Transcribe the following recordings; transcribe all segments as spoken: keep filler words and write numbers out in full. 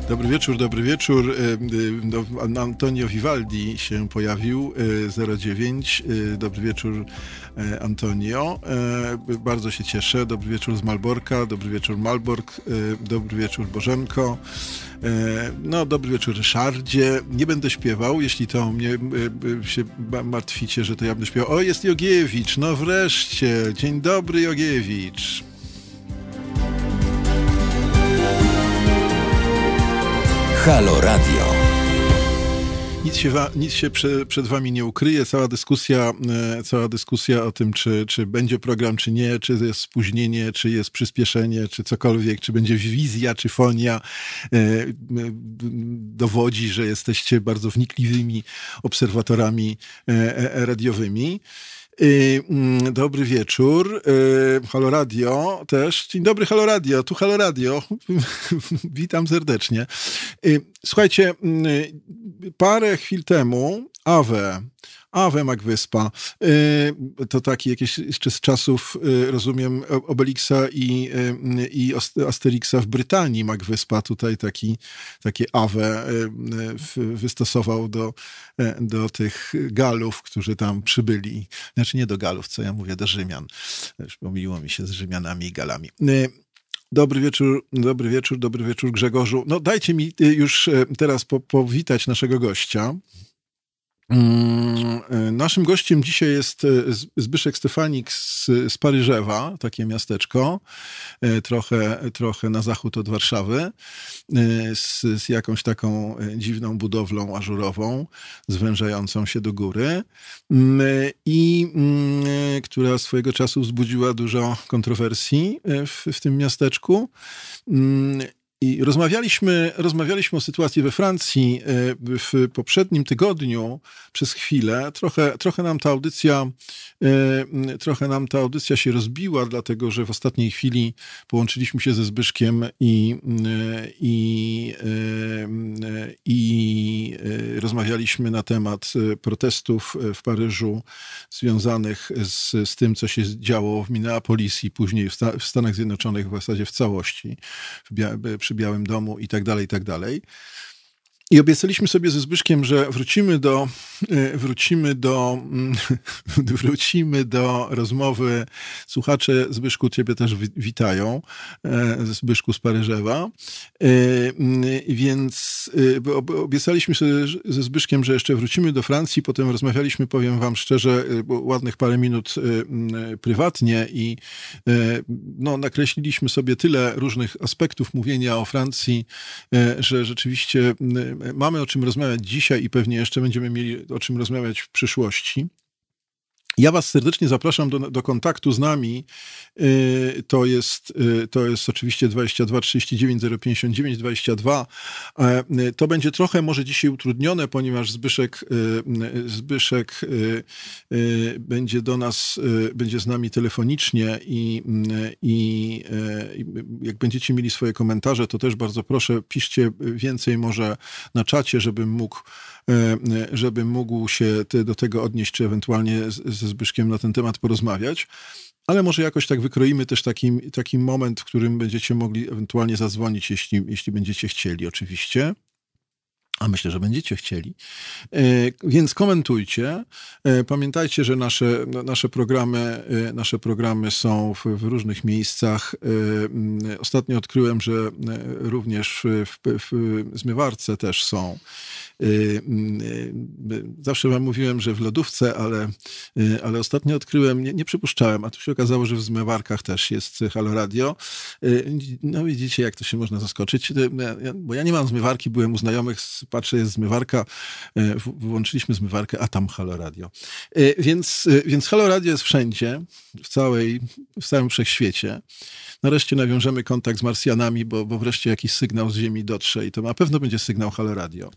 Dobry wieczór, dobry wieczór. No, Antonio Vivaldi się pojawił, zero dziewięć. Dobry wieczór, Antonio. Bardzo się cieszę. Dobry wieczór z Malborka, dobry wieczór Malbork, dobry wieczór Bożenko. No, dobry wieczór Ryszardzie. Nie będę śpiewał, jeśli to mnie się martwicie, że to ja będę śpiewał. O, jest Jogiewicz, no wreszcie. Dzień dobry, Jogiewicz. Halo Radio. Nic się, wa, nic się prze, przed wami nie ukryje. Cała dyskusja, e, cała dyskusja o tym, czy, czy będzie program, czy nie, czy jest spóźnienie, czy jest przyspieszenie, czy cokolwiek, czy będzie wizja, czy fonia, e, e, dowodzi, że jesteście bardzo wnikliwymi obserwatorami e, e, radiowymi. Dobry wieczór. Halo Radio też. Dzień dobry, Halo Radio. Tu Halo Radio. Witam serdecznie. Słuchajcie, parę chwil temu Awe, Awe Macwyspa, to taki jakieś jeszcze z czasów, rozumiem, Obelixa i, i Asterixa w Brytanii. Macwyspa tutaj taki, takie Awe wystosował do, do tych Galów, którzy tam przybyli. Znaczy nie do Galów, co ja mówię, do Rzymian. Już pomyliło mi się z Rzymianami i Galami. Dobry wieczór, dobry wieczór, dobry wieczór, Grzegorzu. No dajcie mi już teraz po, powitać naszego gościa. Naszym gościem dzisiaj jest Zbyszek Stefanik z, z Paryżewa, takie miasteczko, trochę, trochę na zachód od Warszawy, z, z jakąś taką dziwną budowlą ażurową, zwężającą się do góry i która swojego czasu wzbudziła dużo kontrowersji w, w tym miasteczku. I rozmawialiśmy, rozmawialiśmy o sytuacji we Francji w poprzednim tygodniu przez chwilę. Trochę, trochę nam ta audycja, trochę nam ta audycja się rozbiła, dlatego że w ostatniej chwili połączyliśmy się ze Zbyszkiem i, i, i rozmawialiśmy na temat protestów w Paryżu związanych z, z tym, co się działo w Minneapolis i później w, Sta- w Stanach Zjednoczonych w zasadzie w całości, w Bia- przy Białym Domu i tak dalej, i tak dalej. I obiecaliśmy sobie ze Zbyszkiem, że wrócimy do, wrócimy do, wrócimy do rozmowy. Słuchacze, Zbyszku, ciebie też witają, Zbyszku z Paryżewa. Więc obiecaliśmy sobie ze Zbyszkiem, że jeszcze wrócimy do Francji, potem rozmawialiśmy, powiem wam szczerze, ładnych parę minut prywatnie i no, nakreśliliśmy sobie tyle różnych aspektów mówienia o Francji, że rzeczywiście mamy o czym rozmawiać dzisiaj i pewnie jeszcze będziemy mieli o czym rozmawiać w przyszłości. Ja was serdecznie zapraszam do, do kontaktu z nami. To jest, to jest oczywiście dwadzieścia dwa trzydzieści dziewięć zero pięćdziesiąt dziewięć dwadzieścia dwa. To będzie trochę może dzisiaj utrudnione, ponieważ Zbyszek, Zbyszek będzie do nas, będzie z nami telefonicznie i, i jak będziecie mieli swoje komentarze, to też bardzo proszę, piszcie więcej może na czacie, żebym mógł żebym mógł się do tego odnieść, czy ewentualnie ze Zbyszkiem na ten temat porozmawiać. Ale może jakoś tak wykroimy też taki, taki moment, w którym będziecie mogli ewentualnie zadzwonić, jeśli, jeśli będziecie chcieli oczywiście. A myślę, że będziecie chcieli. Więc komentujcie. Pamiętajcie, że nasze, nasze, programy, nasze programy są w, w różnych miejscach. Ostatnio odkryłem, że również w, w, w zmywarce też są. Zawsze wam mówiłem, że w lodówce, ale, ale ostatnio odkryłem, nie, nie przypuszczałem, a tu się okazało, że w zmywarkach też jest Halo Radio. No widzicie, jak to się można zaskoczyć, bo ja nie mam zmywarki, byłem u znajomych, patrzę, jest zmywarka, włączyliśmy zmywarkę, a tam Halo Radio. Więc, więc Halo Radio jest wszędzie, w, całej, w całym wszechświecie. Nareszcie nawiążemy kontakt z Marsjanami, bo, bo wreszcie jakiś sygnał z Ziemi dotrze i to na pewno będzie sygnał Halo Radio.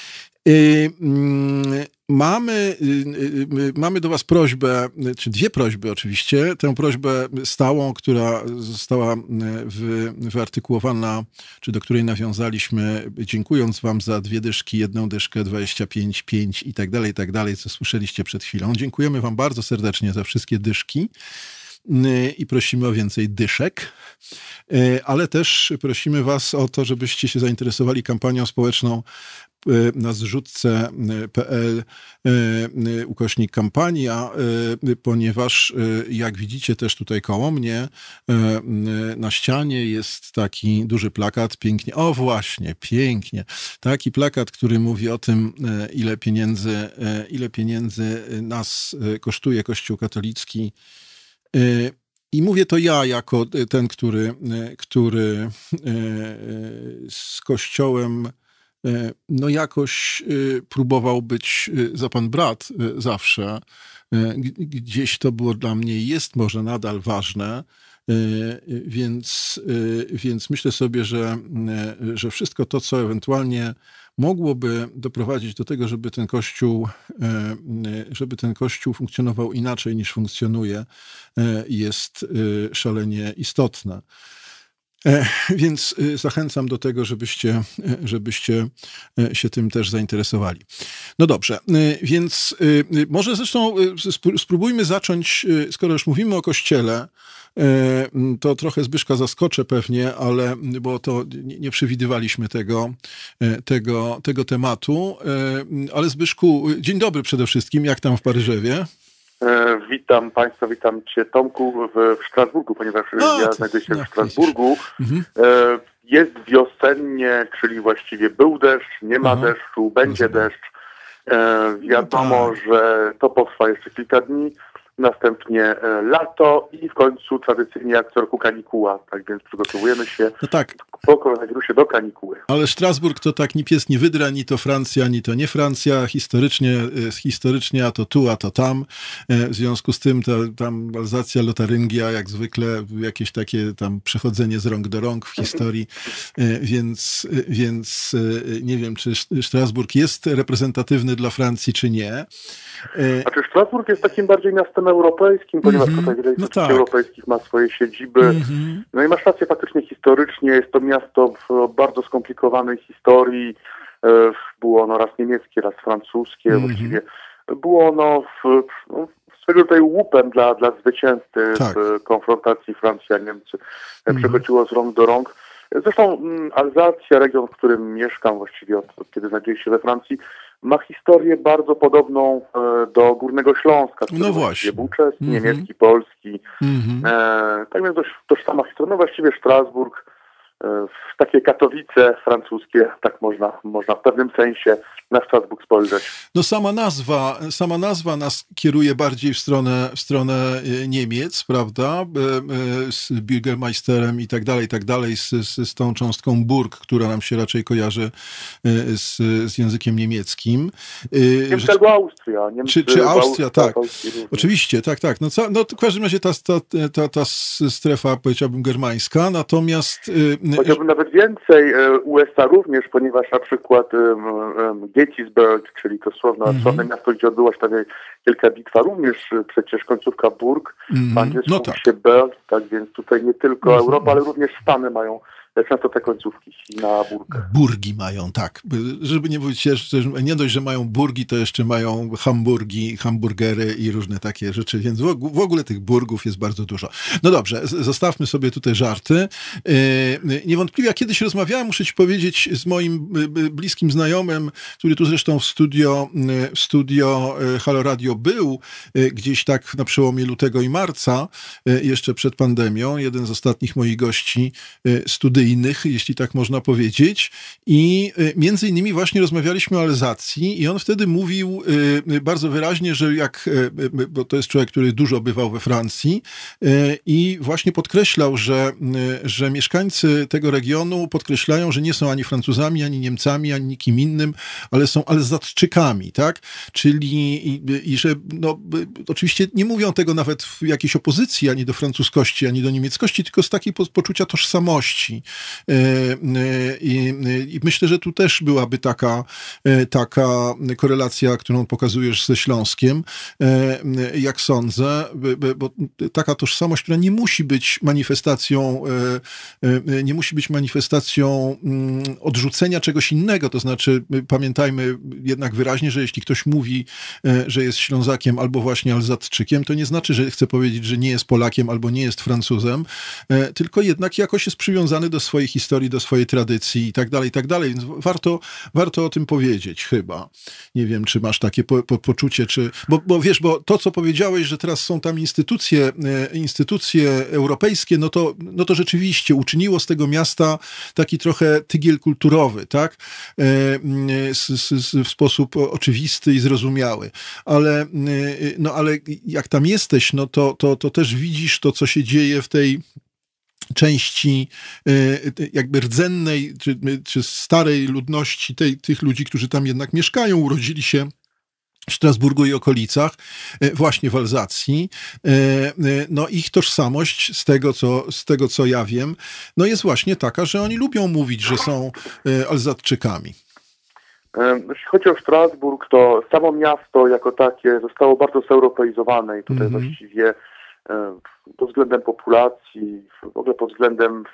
Mamy, mamy do was prośbę, czy dwie prośby oczywiście. Tę prośbę stałą, która została wy, wyartykułowana, czy do której nawiązaliśmy, dziękując wam za dwie dyszki, jedną dyszkę, dwadzieścia pięć, pięć i tak dalej, i tak dalej, co słyszeliście przed chwilą. Dziękujemy wam bardzo serdecznie za wszystkie dyszki. i prosimy o więcej dyszek, ale też prosimy was o to, żebyście się zainteresowali kampanią społeczną na zrzutce kropka pe el ukośnik kampania, ponieważ jak widzicie też tutaj koło mnie na ścianie jest taki duży plakat, pięknie, o właśnie, pięknie, taki plakat, który mówi o tym, ile pieniędzy, ile pieniędzy nas kosztuje Kościół katolicki. I mówię to ja jako ten, który, który z Kościołem no jakoś próbował być za pan brat zawsze. Gdzieś to było dla mnie i jest może nadal ważne, więc, więc myślę sobie, że, że wszystko to, co ewentualnie mogłoby doprowadzić do tego, żeby ten Kościół, żeby ten Kościół funkcjonował inaczej niż funkcjonuje, jest szalenie istotne. Więc zachęcam do tego, żebyście, żebyście się tym też zainteresowali. No dobrze, więc może zresztą spróbujmy zacząć, skoro już mówimy o Kościele, to trochę Zbyszka zaskoczę pewnie, ale bo to nie przewidywaliśmy tego, tego, tego tematu. Ale Zbyszku, dzień dobry przede wszystkim, jak tam w Paryżewie? Witam Państwa, witam Cię Tomku w, w Strasburgu, ponieważ A, ja znajduję się no, w Strasburgu. Mhm. Jest wiosennie, czyli właściwie był deszcz, nie ma Aha. deszczu, będzie Rozumiem. deszcz. Wiadomo, no tak. że to potrwa jeszcze kilka dni. Następnie lato i w końcu tradycyjnie jak co roku kanikuła. Tak więc przygotowujemy się no tak. po koronawirusie do kanikuły. Ale Strasburg to tak ni pies, ni wydra, ni to Francja, ni to nie Francja. Historycznie, historycznie a to tu, a to tam. W związku z tym ta, tam Alzacja, Lotaryngia, jak zwykle jakieś takie tam przechodzenie z rąk do rąk w historii. Więc, więc nie wiem, czy Strasburg jest reprezentatywny dla Francji, czy nie. Znaczy Strasburg jest takim bardziej miastem europejskim, ponieważ mm-hmm. tutaj wiele no tak. europejskich ma swoje siedziby. Mm-hmm. No i masz rację, faktycznie historycznie jest to miasto w bardzo skomplikowanej historii. Było ono raz niemieckie, raz francuskie. Mm-hmm. Właściwie było ono w, no, swego rodzaju łupem dla, dla zwycięzcy tak. w konfrontacji Francja-Niemcy. Mm-hmm. Przechodziło z rąk do rąk. Zresztą Alzacja, region, w którym mieszkam właściwie od, od kiedy znajduję się we Francji, ma historię bardzo podobną e, do Górnego Śląska, który no właśnie. był czes, mm-hmm. niemiecki, polski. Mm-hmm. E, tak więc dość tożsama historia. No właściwie Strasburg, e, takie Katowice francuskie, tak można, można w pewnym sensie na Strasburg spojrzeć. No sama nazwa, sama nazwa nas kieruje bardziej w stronę, w stronę Niemiec, prawda? Z Bürgermeisterem i tak dalej, i tak dalej, z, z, z tą cząstką Burg, która nam się raczej kojarzy z, z językiem niemieckim. Niemcy albo Austria. Niemcy, czy, czy Austria, Austria tak. Oczywiście, tak, tak. No, co, no w każdym razie ta, ta, ta, ta strefa, powiedziałbym, germańska, natomiast... Powiedziałbym nawet więcej, U S A również, ponieważ na przykład Gettysburg, czyli to sławne, mm-hmm. sławne miasto, gdzie odbyła się tam wielka bitwa, również przecież końcówka Burg, mm-hmm. tam jest no tak. się Berg, tak więc tutaj nie tylko mm-hmm. Europa, ale również Stany mają często te końcówki na burgę. Burgi mają, tak. Żeby nie mówić jeszcze, nie dość, że mają burgi, to jeszcze mają hamburgi, hamburgery i różne takie rzeczy, więc w ogóle tych burgów jest bardzo dużo. No dobrze, zostawmy sobie tutaj żarty. Niewątpliwie, ja kiedyś rozmawiałem, muszę ci powiedzieć, z moim bliskim znajomym, który tu zresztą w studio, w studio Halo Radio był, gdzieś tak na przełomie lutego i marca, jeszcze przed pandemią, jeden z ostatnich moich gości studyjnych, jeśli tak można powiedzieć. I między innymi właśnie rozmawialiśmy o Alzacji i on wtedy mówił bardzo wyraźnie, że jak, bo to jest człowiek, który dużo bywał we Francji i właśnie podkreślał, że, że mieszkańcy tego regionu podkreślają, że nie są ani Francuzami, ani Niemcami, ani nikim innym, ale są Alzatczykami, tak? Czyli i, i że no, oczywiście nie mówią tego nawet w jakiejś opozycji ani do francuskości, ani do niemieckości, tylko z takiej po, poczucia tożsamości. I, i myślę, że tu też byłaby taka, taka korelacja, którą pokazujesz ze Śląskiem, jak sądzę, bo taka tożsamość, która nie musi być manifestacją, nie musi być manifestacją odrzucenia czegoś innego, to znaczy pamiętajmy jednak wyraźnie, że jeśli ktoś mówi, że jest Ślązakiem albo właśnie Alzatczykiem, to nie znaczy, że chce powiedzieć, że nie jest Polakiem albo nie jest Francuzem, tylko jednak jakoś jest przywiązany do swojej historii, do swojej tradycji i tak dalej, i tak dalej. Więc warto, warto o tym powiedzieć chyba. Nie wiem, czy masz takie po, po, poczucie, czy... Bo, bo wiesz, bo to, co powiedziałeś, że teraz są tam instytucje, instytucje europejskie, no to, no to rzeczywiście uczyniło z tego miasta taki trochę tygiel kulturowy, tak? W sposób oczywisty i zrozumiały. Ale, no ale jak tam jesteś, no to, to, to też widzisz to, co się dzieje w tej części jakby rdzennej, czy, czy starej ludności tej, tych ludzi, którzy tam jednak mieszkają, urodzili się w Strasburgu i okolicach, właśnie w Alzacji. No ich tożsamość, z tego, co, z tego co ja wiem, no jest właśnie taka, że oni lubią mówić, że są Alzatczykami. Jeśli chodzi o Strasburg, to samo miasto jako takie zostało bardzo zeuropeizowane i tutaj mm-hmm. właściwie pod względem populacji, w ogóle pod względem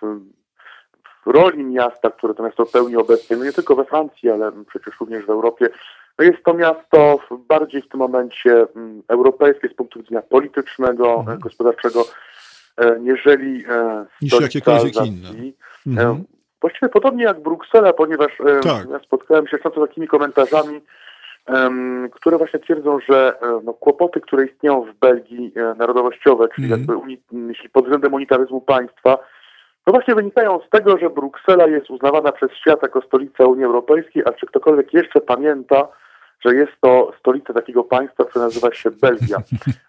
roli miasta, które to miasto pełni obecnie, no nie tylko we Francji, ale przecież również w Europie, no jest to miasto bardziej w tym momencie europejskie z punktu widzenia politycznego, mm-hmm. gospodarczego, nieżeli niż jakiekolwiek inne. Mm-hmm. Właściwie podobnie jak Bruksela, ponieważ tak. ja spotkałem się często z takimi komentarzami, um, które właśnie twierdzą, że no, kłopoty, które istnieją w Belgii narodowościowe, czyli mm. jakby uni- jeśli pod względem unitaryzmu państwa, to właśnie wynikają z tego, że Bruksela jest uznawana przez świat jako stolica Unii Europejskiej, a czy ktokolwiek jeszcze pamięta, że jest to stolica takiego państwa, które nazywa się Belgia.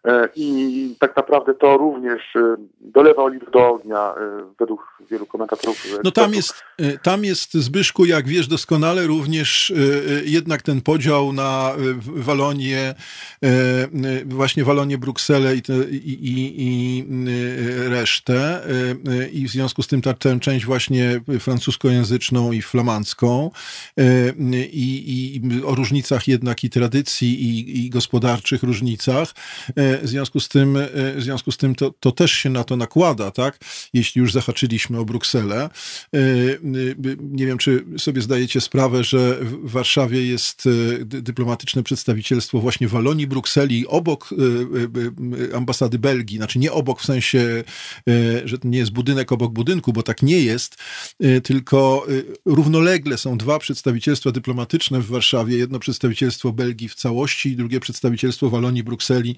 I tak naprawdę to również dolewa oliwy do ognia według wielu komentatorów. No tam jest, tam jest, Zbyszku, jak wiesz doskonale, również jednak ten podział na Walonię, właśnie Walonię, Brukselę i, te, i, i, i resztę. I w związku z tym ta, tę część właśnie francuskojęzyczną i flamandzką. I, i o różnicach jednak i tradycji i, i gospodarczych różnicach. W związku z tym, w związku z tym to, to też się na to nakłada, tak? Jeśli już zahaczyliśmy o Brukselę. Nie wiem, czy sobie zdajecie sprawę, że w Warszawie jest dyplomatyczne przedstawicielstwo właśnie Walonii, Brukseli, obok ambasady Belgii. Znaczy nie obok w sensie, że to nie jest budynek obok budynku, bo tak nie jest, tylko równolegle są dwa przedstawicielstwa dyplomatyczne w Warszawie. Jedno przedstawicielstwo Belgii w całości i drugie przedstawicielstwo Walonii, Brukseli.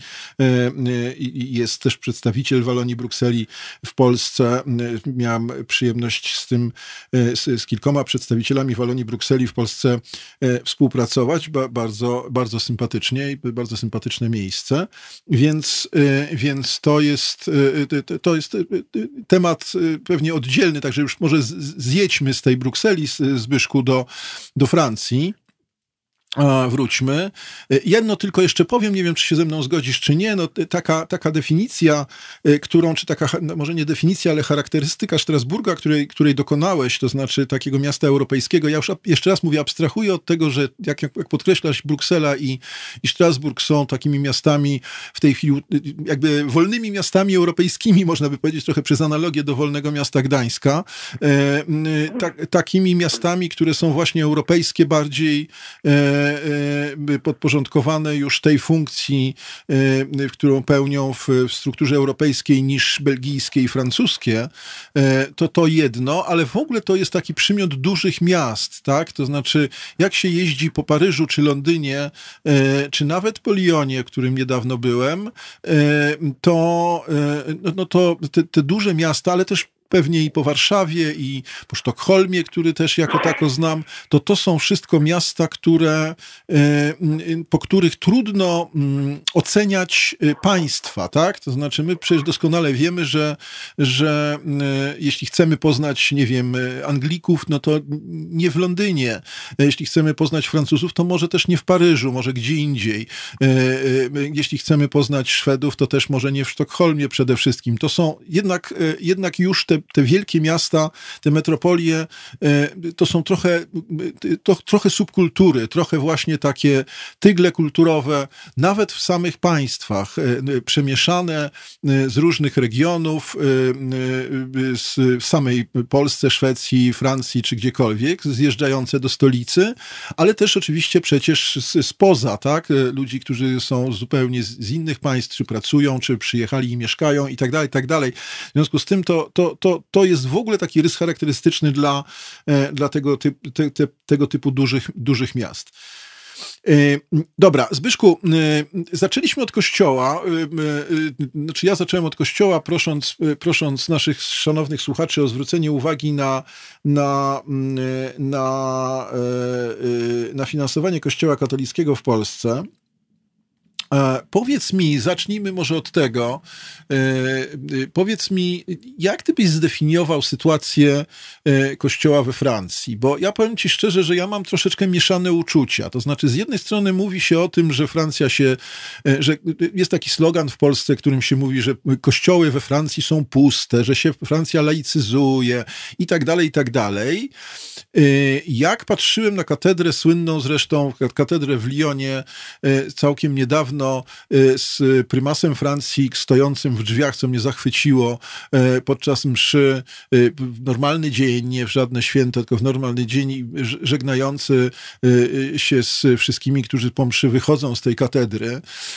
Jest też przedstawiciel Walonii, Brukseli w Polsce. Miałem przyjemność z tym, z, z kilkoma przedstawicielami Walonii, Brukseli w Polsce współpracować. Ba, bardzo, bardzo sympatycznie i bardzo sympatyczne miejsce. Więc, więc to jest, to jest temat pewnie oddzielny, także już może zjedźmy z tej Brukseli, Zbyszku, do, do Francji. A, wróćmy. Jedno tylko jeszcze powiem, nie wiem, czy się ze mną zgodzisz, czy nie, no taka, taka definicja, którą, czy taka, no może nie definicja, ale charakterystyka Strasburga, której, której dokonałeś, to znaczy takiego miasta europejskiego, ja już jeszcze raz mówię, abstrahuję od tego, że jak, jak podkreślasz, Bruksela i, i Strasburg są takimi miastami w tej chwili, jakby wolnymi miastami europejskimi, można by powiedzieć, trochę przez analogię do wolnego miasta Gdańska, e, tak, takimi miastami, które są właśnie europejskie bardziej, e, podporządkowane już tej funkcji, którą pełnią w, w strukturze europejskiej niż belgijskie i francuskie, to to jedno, ale w ogóle to jest taki przymiot dużych miast, tak? To znaczy, jak się jeździ po Paryżu czy Londynie, czy nawet po Lyonie, w którym niedawno byłem, to, no to te, te duże miasta, ale też pewnie i po Warszawie, i po Sztokholmie, który też jako tako znam, to to są wszystko miasta, które, po których trudno oceniać państwa, tak? To znaczy my przecież doskonale wiemy, że, że jeśli chcemy poznać, nie wiem, Anglików, no to nie w Londynie. Jeśli chcemy poznać Francuzów, to może też nie w Paryżu, może gdzie indziej. Jeśli chcemy poznać Szwedów, to też może nie w Sztokholmie przede wszystkim. To są jednak, jednak już te te wielkie miasta, te metropolie, to są trochę, to, trochę subkultury, trochę właśnie takie tygle kulturowe, nawet w samych państwach, przemieszane z różnych regionów, z samej Polsce, Szwecji, Francji czy gdziekolwiek, zjeżdżające do stolicy, ale też oczywiście przecież spoza, tak? Ludzi, którzy są zupełnie z innych państw, czy pracują, czy przyjechali i mieszkają i tak dalej, i tak dalej. W związku z tym to, to, to, to jest w ogóle taki rys charakterystyczny dla, dla tego, typ, te, te, tego typu dużych, dużych miast. Dobra, Zbyszku, zaczęliśmy od Kościoła, znaczy ja zacząłem od Kościoła, prosząc, prosząc naszych szanownych słuchaczy o zwrócenie uwagi na, na, na, na finansowanie Kościoła katolickiego w Polsce. Powiedz mi, zacznijmy może od tego, powiedz mi, jak ty byś zdefiniował sytuację Kościoła we Francji? Bo ja powiem ci szczerze, że ja mam troszeczkę mieszane uczucia. To znaczy, z jednej strony mówi się o tym, że Francja się, że jest taki slogan w Polsce, którym się mówi, że kościoły we Francji są puste, że się Francja laicyzuje i tak dalej, i tak dalej. Jak patrzyłem na katedrę słynną zresztą, katedrę w Lyonie całkiem niedawno, z prymasem Francji stojącym w drzwiach, co mnie zachwyciło podczas mszy, w normalny dzień, nie w żadne święto, tylko w normalny dzień, żegnający się z wszystkimi, którzy po mszy wychodzą z tej katedry.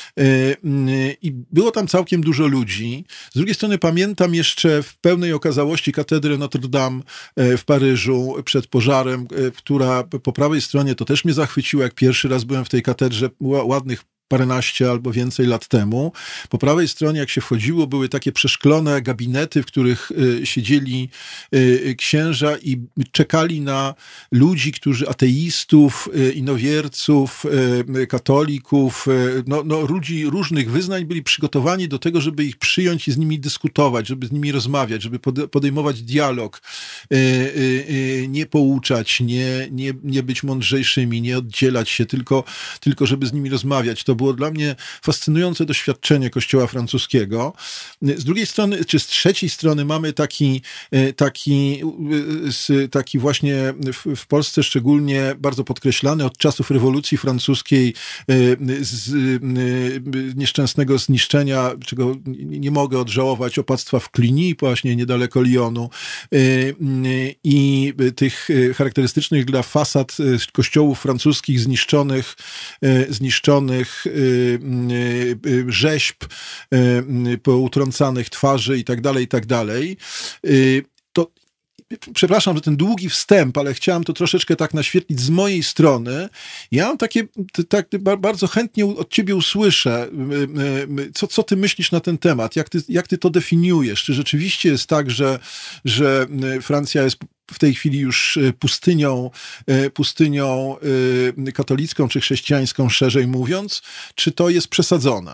I było tam całkiem dużo ludzi. Z drugiej strony pamiętam jeszcze w pełnej okazałości katedrę Notre Dame w Paryżu przed pożarem, która po prawej stronie, to też mnie zachwyciło, jak pierwszy raz byłem w tej katedrze, ładnych paręnaście albo więcej lat temu. Po prawej stronie, jak się wchodziło, były takie przeszklone gabinety, w których y, siedzieli y, księża i czekali na ludzi, którzy ateistów, y, inowierców, y, katolików, y, no, no, ludzi różnych wyznań byli przygotowani do tego, żeby ich przyjąć i z nimi dyskutować, żeby z nimi rozmawiać, żeby podejmować dialog, y, y, y, nie pouczać, nie, nie, nie być mądrzejszymi, nie oddzielać się, tylko, tylko żeby z nimi rozmawiać. To było dla mnie fascynujące doświadczenie Kościoła francuskiego. Z drugiej strony, czy z trzeciej strony mamy taki, taki, taki właśnie w, w Polsce szczególnie bardzo podkreślany od czasów rewolucji francuskiej z nieszczęsnego zniszczenia, czego nie mogę odżałować, opactwa w Cluny, właśnie niedaleko Lyonu, i tych charakterystycznych dla fasad kościołów francuskich zniszczonych, zniszczonych rzeźb, poutrącanych twarzy i tak dalej, i tak dalej. To przepraszam, że ten długi wstęp, ale chciałem to troszeczkę tak naświetlić z mojej strony. Ja mam takie, tak bardzo chętnie od ciebie usłyszę, co, co ty myślisz na ten temat, jak ty, jak ty to definiujesz? Czy rzeczywiście jest tak, że, że Francja jest w tej chwili już pustynią, pustynią katolicką czy chrześcijańską, szerzej mówiąc, czy to jest przesadzone?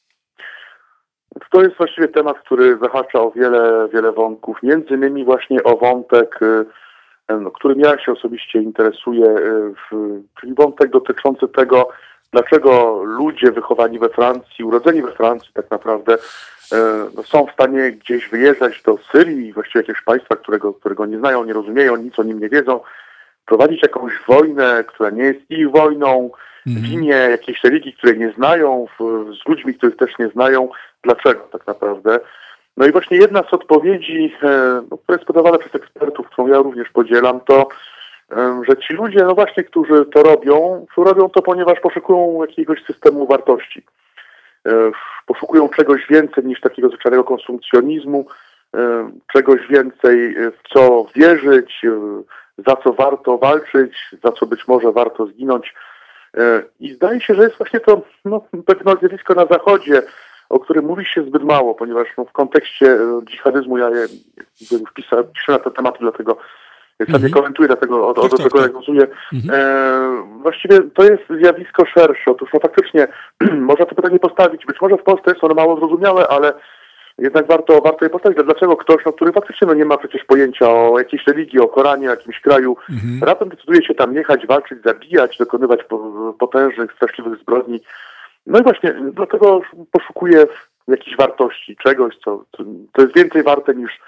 To jest właściwie temat, który zahacza o wiele, wiele wątków, między innymi właśnie o wątek, no, którym ja się osobiście interesuję, czyli wątek dotyczący tego, dlaczego ludzie wychowani we Francji, urodzeni we Francji tak naprawdę, no, są w stanie gdzieś wyjeżdżać do Syrii, właściwie jakiegoś państwa, którego, którego nie znają, nie rozumieją, nic o nim nie wiedzą, prowadzić jakąś wojnę, która nie jest ich wojną, w imię jakiejś religii, której nie znają, w, z ludźmi, których też nie znają. Dlaczego tak naprawdę? No i właśnie jedna z odpowiedzi, no, która jest podawana przez ekspertów, którą ja również podzielam, to, że ci ludzie, no właśnie, którzy to robią, robią to, ponieważ poszukują jakiegoś systemu wartości. Poszukują czegoś więcej niż takiego zwyczajnego konsumpcjonizmu, czegoś więcej, w co wierzyć, za co warto walczyć, za co być może warto zginąć. I zdaje się, że jest właśnie to no, pewne zjawisko na Zachodzie, o którym mówi się zbyt mało, ponieważ no, w kontekście dżihadyzmu ja je, wpisałem, piszę na ten temat, dlatego sam mm-hmm. nie komentuję, dlatego od, od tak, tego tak. nawiązuję. Mm-hmm. E, właściwie to jest zjawisko szersze. Otóż no faktycznie można to pytanie postawić. Być może w Polsce jest ono mało zrozumiałe, ale jednak warto, warto je postawić. Dlaczego ktoś, no, który faktycznie no, nie ma przecież pojęcia o jakiejś religii, o Koranie, o jakimś kraju, mm-hmm. raptem decyduje się tam jechać, walczyć, zabijać, dokonywać potężnych, straszliwych zbrodni. No i właśnie dlatego poszukuję jakichś wartości, czegoś, co, co to jest więcej warte niż,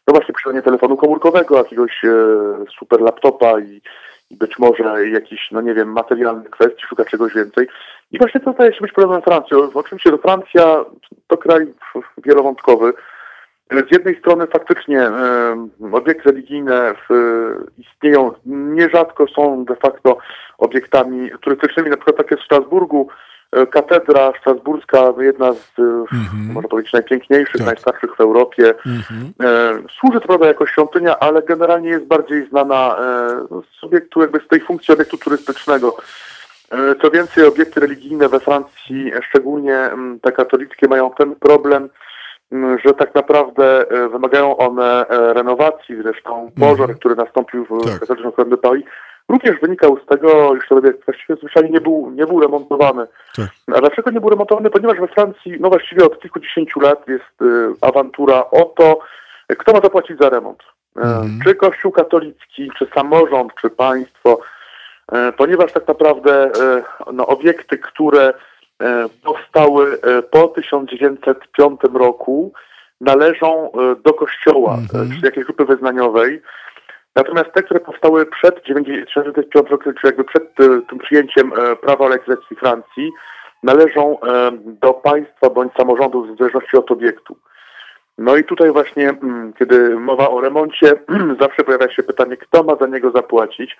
no właśnie posiadanie telefonu komórkowego, jakiegoś e, super laptopa i, i być może jakiś, no nie wiem, materialnych kwestii, szuka czegoś więcej. I właśnie to zdaje się być problemem Francji. Oczywiście to Francja to kraj wielowątkowy. Z jednej strony faktycznie e, obiekty religijne w, istnieją, nierzadko są de facto obiektami turystycznymi, na przykład tak jest w Strasburgu, e, katedra strasburska, jedna z, mm-hmm. można powiedzieć, najpiękniejszych, tak. najstarszych w Europie. Mm-hmm. E, służy to prawda jako świątynia, ale generalnie jest bardziej znana e, z obiektu, jakby z tej funkcji obiektu turystycznego. E, co więcej, obiekty religijne we Francji, szczególnie m, te katolickie, mają ten problem, że tak naprawdę wymagają one renowacji. Zresztą pożar, mm. który nastąpił w tak. katedrze Notre-Dame de Paris, również wynikał z tego, iż ten obiekt właściwie zwyczajnie nie był, nie był remontowany. Tak. A dlaczego nie był remontowany? Ponieważ we Francji, no właściwie od kilkudziesięciu lat jest y, awantura o to, kto ma zapłacić za remont. Mm. Czy Kościół katolicki, czy samorząd, czy państwo. Y, ponieważ tak naprawdę y, no, obiekty, które powstały po tysiąc dziewięćset piątym roku, należą do kościoła, mm-hmm. czy jakiejś grupy wyznaniowej. Natomiast te, które powstały przed tysiąc dziewięćset piątym rokiem, czy jakby przed tym przyjęciem prawa o legislacji Francji, należą do państwa bądź samorządu w zależności od obiektu. No i tutaj właśnie, kiedy mowa o remoncie, zawsze pojawia się pytanie, kto ma za niego zapłacić.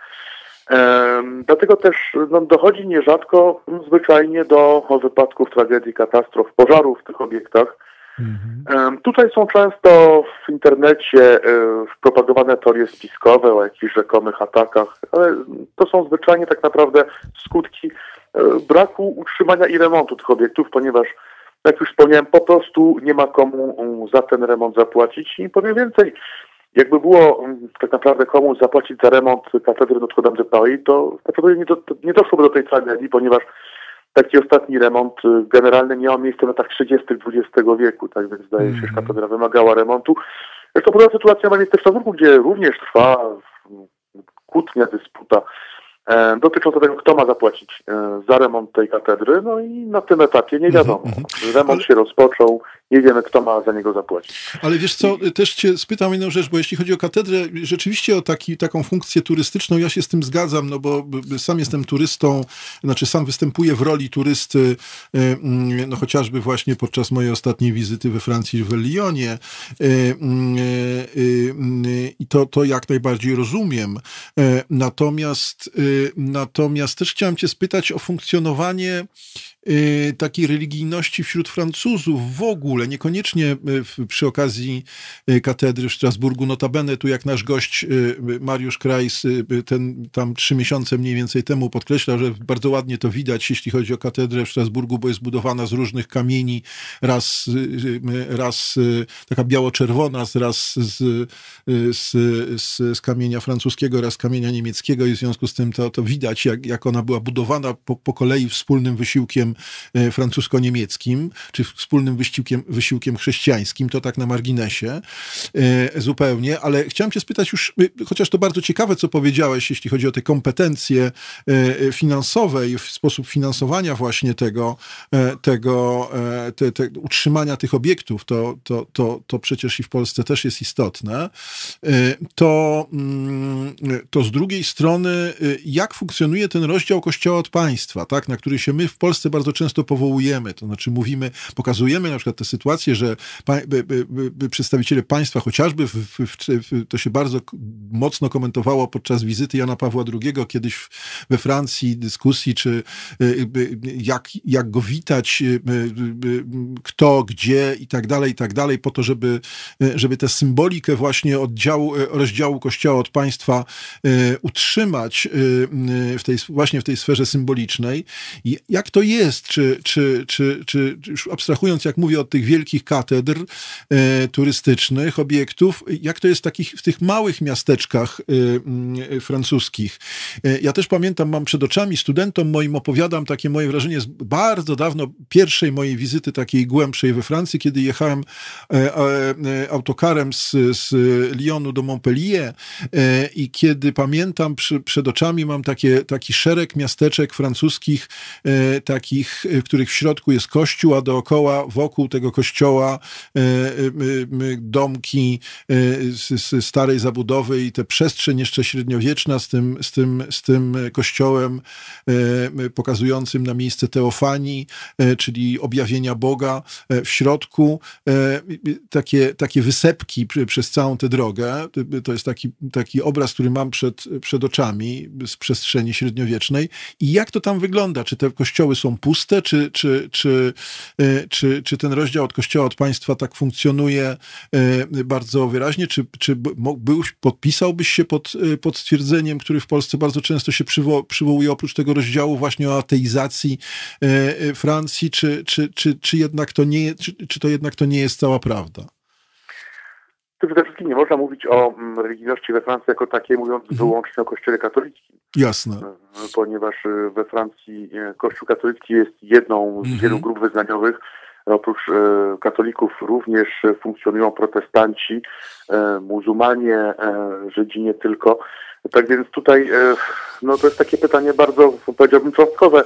Um, dlatego też no, dochodzi nierzadko zwyczajnie do wypadków, tragedii, katastrof, pożarów w tych obiektach. Mm-hmm. Um, tutaj są często w internecie um, propagowane teorie spiskowe o jakichś rzekomych atakach, ale to są zwyczajnie tak naprawdę skutki um, braku utrzymania i remontu tych obiektów, ponieważ, jak już wspomniałem, po prostu nie ma komu um, za ten remont zapłacić. I powiem więcej, jakby było tak naprawdę komuś zapłacić za remont katedry Notre-Dame de Paris, to tak naprawdę nie, do, nie doszłoby do tej tragedii, ponieważ taki ostatni remont generalny miał miejsce w latach trzydziestych dwudziestego wieku, tak więc zdaje się, że katedra wymagała remontu. Zresztą podobna sytuacja ma miejsce w Strasburgu, gdzie również trwa kłótnia, dysputa e, dotycząca tego, kto ma zapłacić e, za remont tej katedry, no i na tym etapie nie wiadomo. Mm-hmm. Remont Ale... się rozpoczął, nie wiemy, kto ma za niego zapłacić. Ale wiesz co, też cię spytam jedną rzecz, bo jeśli chodzi o katedrę, rzeczywiście o taki, taką funkcję turystyczną, ja się z tym zgadzam, no bo sam jestem turystą, znaczy sam występuję w roli turysty, no chociażby właśnie podczas mojej ostatniej wizyty we Francji, w Lyonie, i to, to jak najbardziej rozumiem. Natomiast, natomiast też chciałem cię spytać o funkcjonowanie takiej religijności wśród Francuzów w ogóle, niekoniecznie w, przy okazji katedry w Strasburgu. Notabene tu jak nasz gość Mariusz Krajs ten tam trzy miesiące mniej więcej temu podkreślał, że bardzo ładnie to widać, jeśli chodzi o katedrę w Strasburgu, bo jest budowana z różnych kamieni, raz, raz taka biało-czerwona, raz z, z, z, z kamienia francuskiego, raz z kamienia niemieckiego i w związku z tym to, to widać, jak, jak ona była budowana po, po kolei wspólnym wysiłkiem francusko-niemieckim, czy wspólnym wysiłkiem, wysiłkiem chrześcijańskim, to tak na marginesie e, zupełnie, ale chciałem cię spytać już, chociaż to bardzo ciekawe, co powiedziałeś, jeśli chodzi o te kompetencje e, finansowe i sposób finansowania właśnie tego, e, tego e, te, te, utrzymania tych obiektów, to, to, to, to przecież i w Polsce też jest istotne, e, to, mm, to z drugiej strony, jak funkcjonuje ten rozdział Kościoła od państwa, tak, na który się my w Polsce bardzo często powołujemy, to znaczy mówimy, pokazujemy na przykład tę sytuację, że pa, by, by, by przedstawiciele państwa, chociażby w, w, w, to się bardzo mocno komentowało podczas wizyty Jana Pawła drugiego kiedyś w, we Francji, dyskusji, czy jak, jak go witać, kto, gdzie i tak dalej, i tak dalej, po to, żeby, żeby tę symbolikę właśnie oddziału, rozdziału Kościoła od państwa utrzymać w tej, właśnie w tej sferze symbolicznej. I jak to jest? Czy, czy, czy, czy już abstrahując, jak mówię, od tych wielkich katedr e, turystycznych, obiektów, jak to jest takich, w tych małych miasteczkach e, e, francuskich? E, ja też pamiętam, mam przed oczami, studentom moim opowiadam takie moje wrażenie z bardzo dawno, pierwszej mojej wizyty takiej głębszej we Francji, kiedy jechałem e, e, autokarem z, z Lyonu do Montpellier e, i kiedy pamiętam, przy, przed oczami mam takie, taki szereg miasteczek francuskich, e, takich, w których w środku jest kościół, a dookoła, wokół tego kościoła, domki z starej zabudowy i tę przestrzeń jeszcze średniowieczna z tym, z tym, z tym kościołem pokazującym na miejsce teofanii, czyli objawienia Boga w środku. Takie, takie wysepki przez całą tę drogę. To jest taki, taki obraz, który mam przed, przed oczami z przestrzeni średniowiecznej. I jak to tam wygląda? Czy te kościoły są puste? Czy, czy, czy, czy, czy ten rozdział od kościoła, od państwa tak funkcjonuje bardzo wyraźnie? Czy, czy byłś, podpisałbyś się pod, pod stwierdzeniem, który w Polsce bardzo często się przywo, przywołuje, oprócz tego rozdziału właśnie o ateizacji Francji, czy, czy, czy, czy jednak to nie, czy, czy to jednak to nie jest cała prawda? Przede wszystkim nie można mówić o religijności we Francji jako takiej, mówiąc mhm. wyłącznie o Kościele katolickim. Jasne. Ponieważ we Francji Kościół katolicki jest jedną z mhm. wielu grup wyznaniowych. Oprócz katolików również funkcjonują protestanci, muzułmanie, Żydzi nie tylko. Tak więc tutaj no to jest takie pytanie bardzo, powiedziałbym, cząstkowe.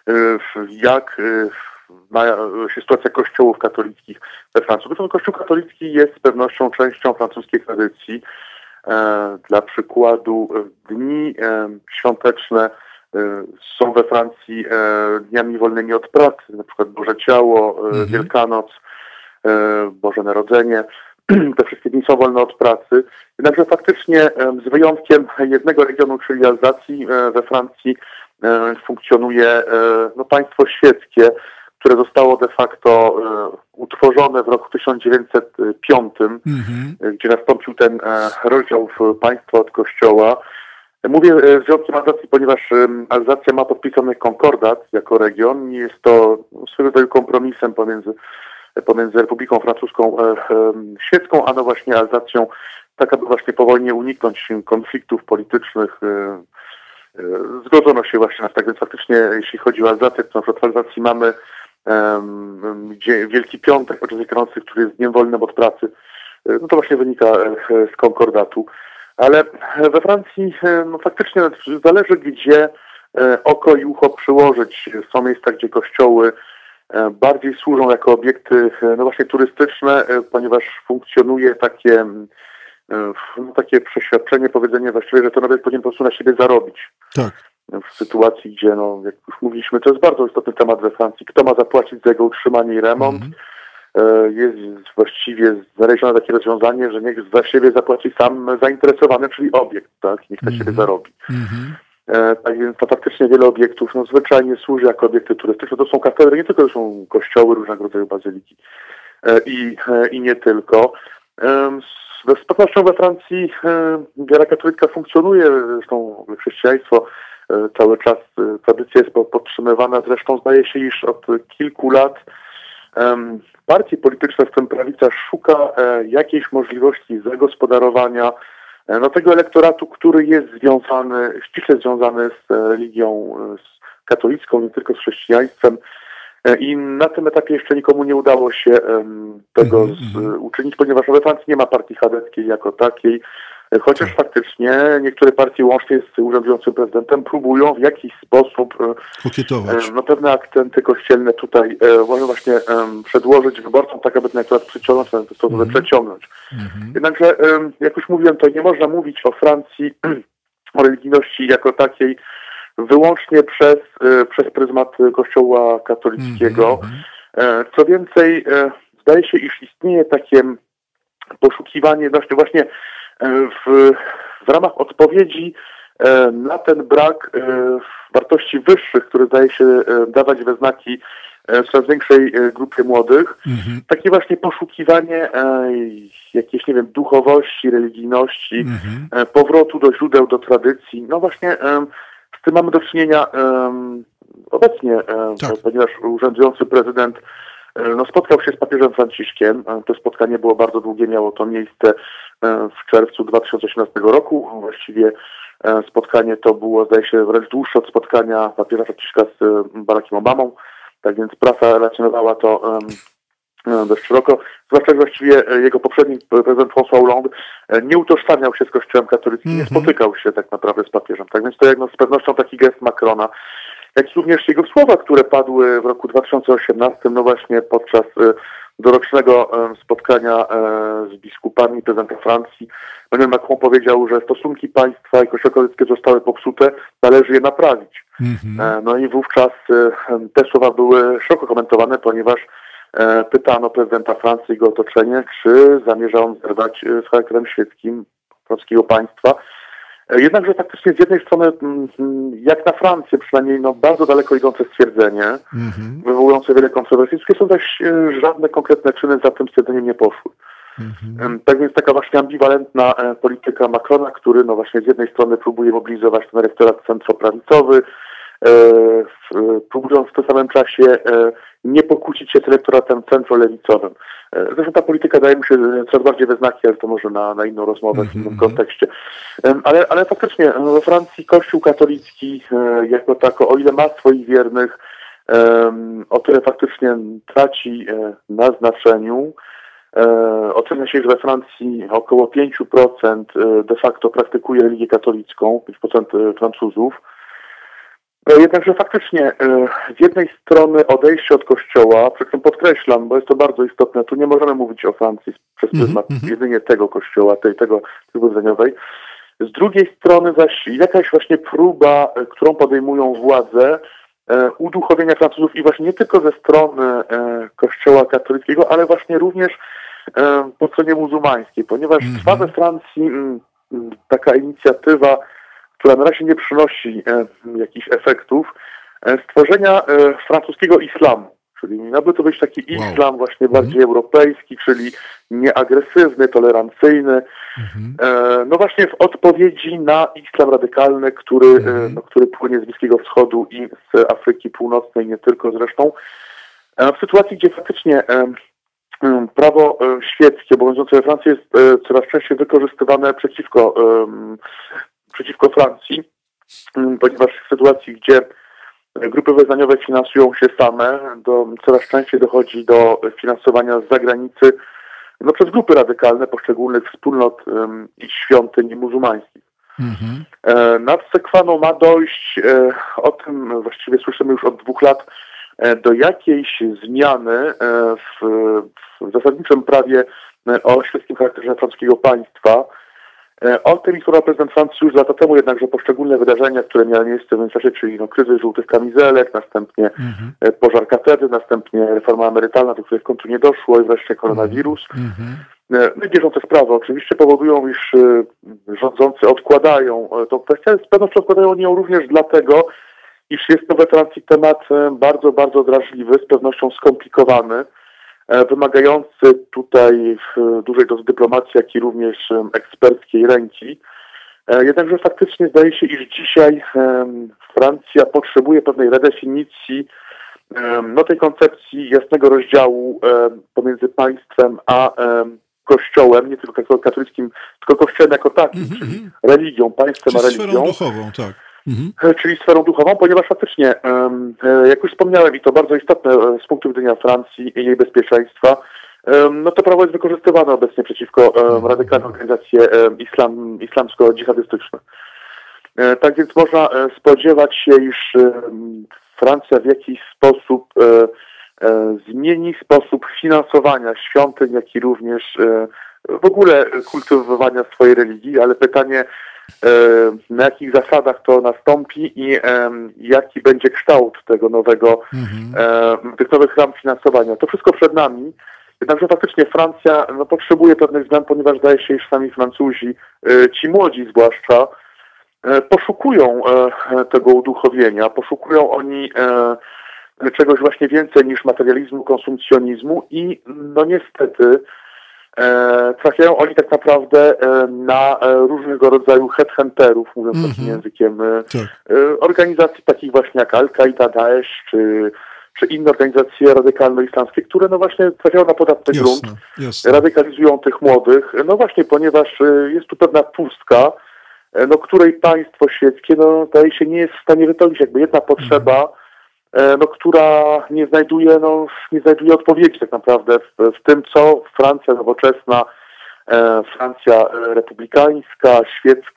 Jak ma się sytuacja kościołów katolickich we Francji? Bo Kościół katolicki jest z pewnością częścią francuskiej tradycji. Dla przykładu dni świąteczne są we Francji dniami wolnymi od pracy, na przykład Boże Ciało, mhm. Wielkanoc, Boże Narodzenie. Te wszystkie dni są wolne od pracy. Jednakże faktycznie z wyjątkiem jednego regionu, czyli Alzacji, we Francji funkcjonuje no, państwo świeckie, które zostało de facto utworzone w roku tysiąc dziewięćset piątym, mm-hmm. gdzie nastąpił ten rozdział państwa od kościoła. Mówię z wyjątkiem Alzacji, ponieważ Alzacja ma podpisany konkordat jako region i jest to swego rodzaju kompromisem pomiędzy, pomiędzy Republiką Francuską Świecką, a no właśnie Alzacją, tak aby właśnie po wojnie uniknąć konfliktów politycznych. Zgodzono się właśnie na tak, więc faktycznie jeśli chodzi o Alzację, to na przykład w Alzacji mamy um, Wielki Piątek podczas Wielkanocy, który jest dniem wolnym od pracy. No to właśnie wynika z konkordatu. Ale we Francji no faktycznie zależy, gdzie oko i ucho przyłożyć. Są miejsca, gdzie kościoły bardziej służą jako obiekty no właśnie turystyczne, ponieważ funkcjonuje takie no, takie przeświadczenie, powiedzenie właściwie, że to nawet powinien po prostu na siebie zarobić. Tak. W sytuacji, gdzie, no, jak już mówiliśmy, to jest bardzo istotny temat we Francji. Kto ma zapłacić za jego utrzymanie i remont? Mm-hmm. Jest właściwie znalezione takie rozwiązanie, że niech za siebie zapłaci sam zainteresowany, czyli obiekt, tak? Niech na mm-hmm. siebie zarobi. Mm-hmm. Tak więc to faktycznie wiele obiektów no, zwyczajnie służy jako obiekty turystyczne. To są katedry, nie tylko to są kościoły, różnego rodzaju bazyliki i, i nie tylko. Z pewnością we Francji wiara katolicka funkcjonuje, zresztą chrześcijaństwo cały czas, tradycja jest podtrzymywana, zresztą zdaje się, iż od kilku lat partie polityczne, w tym prawica, szuka jakiejś możliwości zagospodarowania no, tego elektoratu, który jest związany, ściśle związany z religią z katolicką, nie tylko z chrześcijaństwem. I na tym etapie jeszcze nikomu nie udało się um, tego mm-hmm. z, uczynić, ponieważ we Francji nie ma partii chadeckiej jako takiej, chociaż tak. faktycznie niektóre partie łącznie z urzędującym prezydentem próbują w jakiś sposób kokietować. No, pewne akcenty kościelne tutaj e, właśnie e, przedłożyć wyborcom, tak aby ten akurat przyciągnąć, ten sposób mm-hmm. przeciągnąć. Mm-hmm. Jednakże, e, jak już mówiłem, to nie można mówić o Francji, o religijności jako takiej, wyłącznie przez, przez pryzmat Kościoła katolickiego. Mm-hmm. Co więcej, zdaje się, iż istnieje takie poszukiwanie właśnie, właśnie w, w ramach odpowiedzi na ten brak wartości wyższych, które zdaje się dawać we znaki coraz większej grupie młodych. Mm-hmm. Takie właśnie poszukiwanie jakiejś, nie wiem, duchowości, religijności, mm-hmm. powrotu do źródeł, do tradycji. No właśnie z tym mamy do czynienia um, obecnie, um, tak. ponieważ urzędujący prezydent um, no, spotkał się z papieżem Franciszkiem. Um, to spotkanie było bardzo długie, miało to miejsce um, w czerwcu dwa tysiące osiemnastego roku. Właściwie um, spotkanie to było, zdaje się, wręcz dłuższe od spotkania papieża Franciszka z um, Barackiem Obamą. Tak więc prasa relacjonowała to um, dość szeroko, zwłaszcza, że właściwie jego poprzedni prezydent François Hollande nie utożsamiał się z Kościołem katolickim, mm-hmm. nie spotykał się tak naprawdę z papieżem. Tak więc to jak no, z pewnością taki gest Macrona, jak i również jego słowa, które padły w roku dwa tysiące osiemnastym, no właśnie podczas dorocznego spotkania z biskupami prezydenta Francji, Emmanuel Macron powiedział, że stosunki państwa i Kościoła katolickiego zostały popsute, należy je naprawić. Mm-hmm. No i wówczas te słowa były szeroko komentowane, ponieważ pytano prezydenta Francji i jego otoczenie, czy zamierza on zerwać z charakterem świeckim polskiego państwa. Jednakże faktycznie z jednej strony, jak na Francję przynajmniej, no bardzo daleko idące stwierdzenie, mm-hmm. wywołujące wiele kontrowersji, z są też żadne konkretne czyny za tym stwierdzeniem nie poszły. Mm-hmm. Tak więc taka właśnie ambiwalentna polityka Macrona, który no właśnie z jednej strony próbuje mobilizować ten elektorat centroprawicowy, e, w, próbując w tym samym czasie e, nie pokłócić się z elektoratem centrolewicowym. E, zresztą ta polityka daje mi się coraz bardziej we znaki, ale to może na, na inną rozmowę mm-hmm. w innym kontekście. E, ale, ale faktycznie we Francji Kościół katolicki e, jako tako, o ile ma swoich wiernych, e, o tyle faktycznie traci e, na znaczeniu. E, ocenia się, że we Francji około pięć procent de facto praktykuje religię katolicką, pięć procent Francuzów. E, jednakże faktycznie e, z jednej strony odejście od Kościoła, przy czym podkreślam, bo jest to bardzo istotne, tu nie możemy mówić o Francji przez pryzmat mm-hmm. jedynie tego Kościoła, tej, tego trybu wydzeniowej. Z drugiej strony zaś jakaś właśnie próba, którą podejmują władze, e, uduchowienia Francuzów i właśnie nie tylko ze strony e, Kościoła katolickiego, ale właśnie również po stronie muzułmańskiej, ponieważ mm-hmm. trwa we Francji m, m, taka inicjatywa, która na razie nie przynosi e, jakichś efektów, e, stworzenia e, francuskiego islamu, czyli miałby to być taki wow. islam właśnie bardziej mm-hmm. europejski, czyli nieagresywny, tolerancyjny, mm-hmm. e, no właśnie w odpowiedzi na islam radykalny, który, mm-hmm. e, no, który płynie z Bliskiego Wschodu i z Afryki Północnej, nie tylko zresztą, e, w sytuacji, gdzie faktycznie e, prawo świeckie obowiązujące we Francji jest coraz częściej wykorzystywane przeciwko, przeciwko Francji, ponieważ w sytuacji, gdzie grupy wyznaniowe finansują się same, do, coraz częściej dochodzi do finansowania z zagranicy no, przez grupy radykalne poszczególnych wspólnot i świątyń muzułmańskich. Mm-hmm. Nad Sekwaną ma dojść, o tym właściwie słyszymy już od dwóch lat, do jakiejś zmiany w, w zasadniczym prawie o świeckim charakterze francuskiego państwa. O tym informował prezydent Francji już lata temu, jednakże poszczególne wydarzenia, które miały miejsce w tym czasie, czyli no, kryzys żółtych kamizelek, następnie mm-hmm. pożar katedry, następnie reforma emerytalna, do której w końcu nie doszło i wreszcie koronawirus. Mm-hmm. No i bieżące sprawy oczywiście powodują, iż rządzący odkładają tą kwestię, z pewnością odkładają nią również dlatego, iż jest to we Francji temat bardzo, bardzo drażliwy, z pewnością skomplikowany, wymagający tutaj dużej dozy dyplomacji, jak i również eksperckiej ręki. Jednakże faktycznie zdaje się, iż dzisiaj Francja potrzebuje pewnej redefinicji no, tej koncepcji jasnego rozdziału pomiędzy państwem a Kościołem, nie tylko katolickim, tylko Kościołem jako takim, mm-hmm. czyli religią, państwem czyli a religią. Sferą duchową, tak. Mhm. Czyli sferą duchową, ponieważ faktycznie, jak już wspomniałem, i to bardzo istotne z punktu widzenia Francji i jej bezpieczeństwa, no to prawo jest wykorzystywane obecnie przeciwko radykalne organizacje islam, islamsko-dżihadystyczne. Tak więc można spodziewać się, iż Francja w jakiś sposób zmieni sposób finansowania świątyń, jak i również w ogóle kultywowania swojej religii, ale pytanie, na jakich zasadach to nastąpi i jaki będzie kształt tego nowego, mm-hmm. tych nowych ram finansowania. To wszystko przed nami. Jednakże faktycznie Francja no, potrzebuje pewnych zmian, ponieważ zdaje się, iż sami Francuzi, ci młodzi zwłaszcza, poszukują tego uduchowienia, poszukują oni czegoś właśnie więcej niż materializmu, konsumpcjonizmu i no niestety E, trafiają oni tak naprawdę e, na e, różnego rodzaju headhunterów, mówiąc mm-hmm. takim językiem, e, tak. e, organizacji takich właśnie jak Al-Kaida, Daesh, czy, czy inne organizacje radykalno-islamskie, które no właśnie trafiają na podatny jasne, grunt, jasne. radykalizują tych młodych, no właśnie, ponieważ e, jest tu pewna pustka, e, no której państwo świeckie, no zdaje się, nie jest w stanie wypełnić, jakby jedna potrzeba, mm-hmm. no, która nie znajduje, no, nie znajduje odpowiedzi tak naprawdę w, w tym, co Francja nowoczesna, e, Francja republikańska, świecka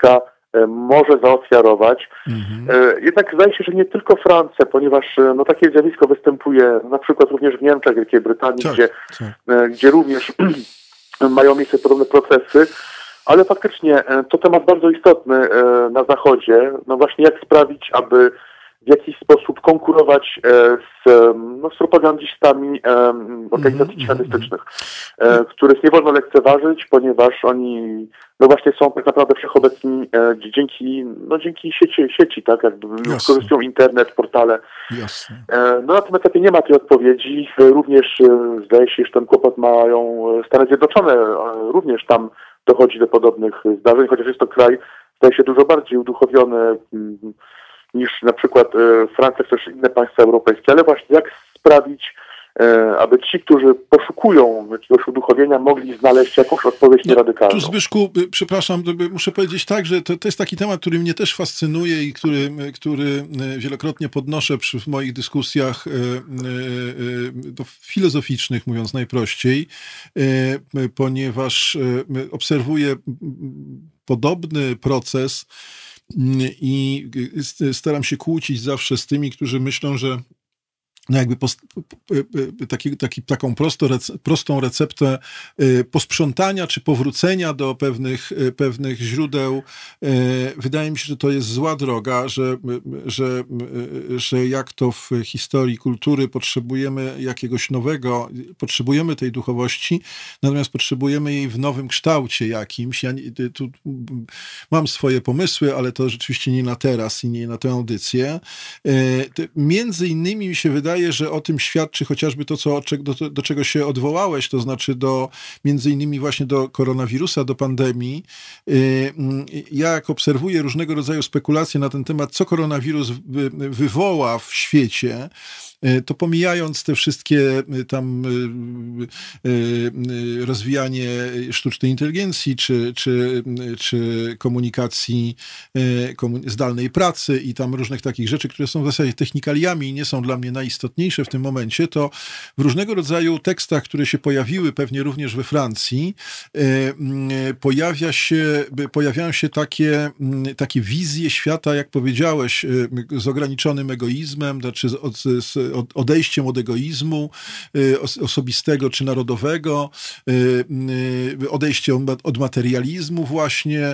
może zaofiarować. Mhm. Jednak zdaje się, że nie tylko Francja, ponieważ no, takie zjawisko występuje na przykład również w Niemczech, Wielkiej Brytanii, tak, gdzie, tak. gdzie również mają miejsce podobne procesy, ale faktycznie to temat bardzo istotny na Zachodzie. No właśnie jak sprawić, aby w jakiś sposób konkurować z, no, z propagandistami organizacji dżihadystycznych, mm-hmm. których nie wolno lekceważyć, ponieważ oni no właśnie są tak naprawdę wszechobecni dzięki, no, dzięki sieci, sieci tak, jakby wykorzystują internet, portale. Jasne. No na tym etapie nie ma tej odpowiedzi. Również zdaje się, że ten kłopot mają Stany Zjednoczone, również tam dochodzi do podobnych zdarzeń, chociaż jest to kraj, zdaje się, dużo bardziej uduchowiony niż na przykład e, Francja, czy też inne państwa europejskie, ale właśnie jak sprawić, e, aby ci, którzy poszukują jakiegoś uduchowienia, mogli znaleźć jakąś odpowiedź no, nieradykalną. Tu Zbyszku, przepraszam, muszę powiedzieć tak, że to, to jest taki temat, który mnie też fascynuje i który, który wielokrotnie podnoszę przy, w moich dyskusjach e, e, filozoficznych, mówiąc najprościej, e, ponieważ e, obserwuję podobny proces i staram się kłócić zawsze z tymi, którzy myślą, że no jakby post, taki, taki, taką prosto, prostą receptę posprzątania czy powrócenia do pewnych, pewnych źródeł. Wydaje mi się, że to jest zła droga, że, że, że jak to w historii kultury potrzebujemy jakiegoś nowego, potrzebujemy tej duchowości, natomiast potrzebujemy jej w nowym kształcie jakimś. Ja tu mam swoje pomysły, ale to rzeczywiście nie na teraz i nie na tę audycję. Między innymi mi się wydaje, że o tym świadczy chociażby to, co, do, do czego się odwołałeś, to znaczy do, między innymi właśnie do koronawirusa, do pandemii. Ja jak obserwuję różnego rodzaju spekulacje na ten temat, co koronawirus wywoła w świecie, to pomijając te wszystkie tam rozwijanie sztucznej inteligencji, czy, czy, czy komunikacji zdalnej pracy i tam różnych takich rzeczy, które są w zasadzie technikaliami i nie są dla mnie najistotniejsze w tym momencie, to w różnego rodzaju tekstach, które się pojawiły, pewnie również we Francji, pojawia się, pojawiają się takie, takie wizje świata, jak powiedziałeś, z ograniczonym egoizmem, znaczy z, z odejściem od egoizmu osobistego czy narodowego, odejście od materializmu właśnie,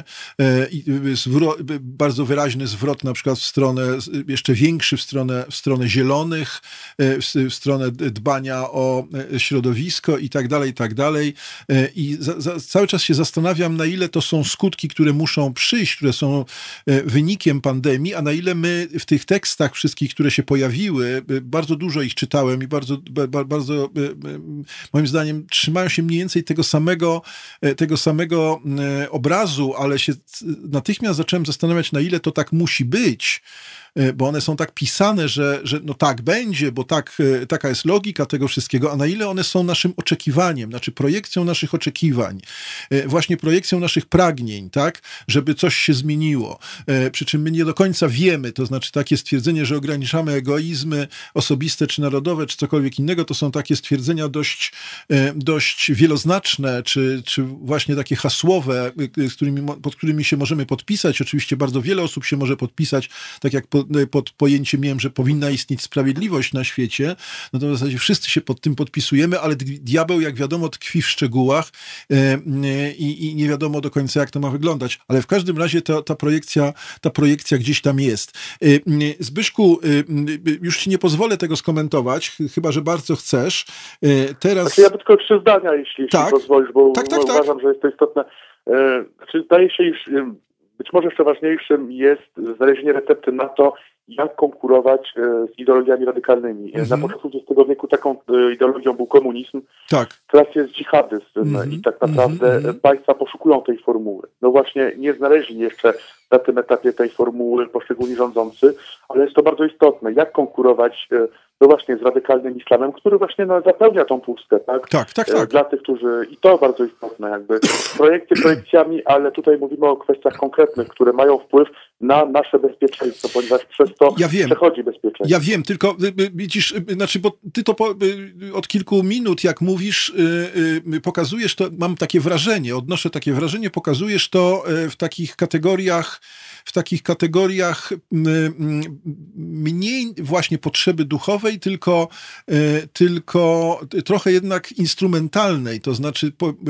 bardzo wyraźny zwrot na przykład w stronę, jeszcze większy w stronę, w stronę zielonych, w stronę dbania o środowisko i tak dalej, i tak dalej. I za, za, cały czas się zastanawiam, na ile to są skutki, które muszą przyjść, które są wynikiem pandemii, a na ile my w tych tekstach wszystkich, które się pojawiły, bardzo dużo ich czytałem i bardzo, bardzo moim zdaniem trzymają się mniej więcej tego samego, tego samego obrazu, ale się natychmiast zacząłem zastanawiać, na ile to tak musi być, bo one są tak pisane, że, że no tak będzie, bo tak, taka jest logika tego wszystkiego, a na ile one są naszym oczekiwaniem, znaczy projekcją naszych oczekiwań, właśnie projekcją naszych pragnień, tak, żeby coś się zmieniło. Przy czym my nie do końca wiemy, to znaczy takie stwierdzenie, że ograniczamy egoizmy osobiste czy narodowe, czy cokolwiek innego, to są takie stwierdzenia dość, dość wieloznaczne, czy, czy właśnie takie hasłowe, z którymi, pod którymi się możemy podpisać. Oczywiście bardzo wiele osób się może podpisać, tak jak po, pod pojęciem miałem, że powinna istnieć sprawiedliwość na świecie, no to w zasadzie wszyscy się pod tym podpisujemy, ale diabeł, jak wiadomo, tkwi w szczegółach i, i nie wiadomo do końca, jak to ma wyglądać, ale w każdym razie ta, ta projekcja, ta projekcja gdzieś tam jest. Zbyszku, już ci nie pozwolę tego skomentować, chyba że bardzo chcesz. Teraz... Znaczy ja tylko trzy zdania, jeśli, tak? jeśli pozwolisz, bo tak, tak, uważam, tak. że jest to istotne. Znaczy, zdaje się, iż być może jeszcze ważniejszym jest znalezienie recepty na to, jak konkurować z ideologiami radykalnymi. Mm-hmm. Na początku dwudziestego wieku taką ideologią był komunizm, tak. teraz jest dżihadyzm mm-hmm. i tak naprawdę mm-hmm. państwa poszukują tej formuły. No właśnie nie znaleźli jeszcze na tym etapie tej formuły poszczególni rządzący, ale jest to bardzo istotne, jak konkurować no właśnie z radykalnym islamem, który właśnie no, zapełnia tą pustkę, tak? Tak, tak, tak. Dla tych, którzy, i to bardzo istotne, jakby projekty projekcjami, ale tutaj mówimy o kwestiach konkretnych, które mają wpływ na nasze bezpieczeństwo, ponieważ przez to ja wiem, przechodzi bezpieczeństwo. Ja wiem, tylko widzisz, znaczy, bo ty to po, od kilku minut, jak mówisz, pokazujesz to, mam takie wrażenie, odnoszę takie wrażenie, pokazujesz to w takich kategoriach, w takich kategoriach mniej właśnie potrzeby duchowej, tylko, tylko trochę jednak instrumentalnej. To znaczy,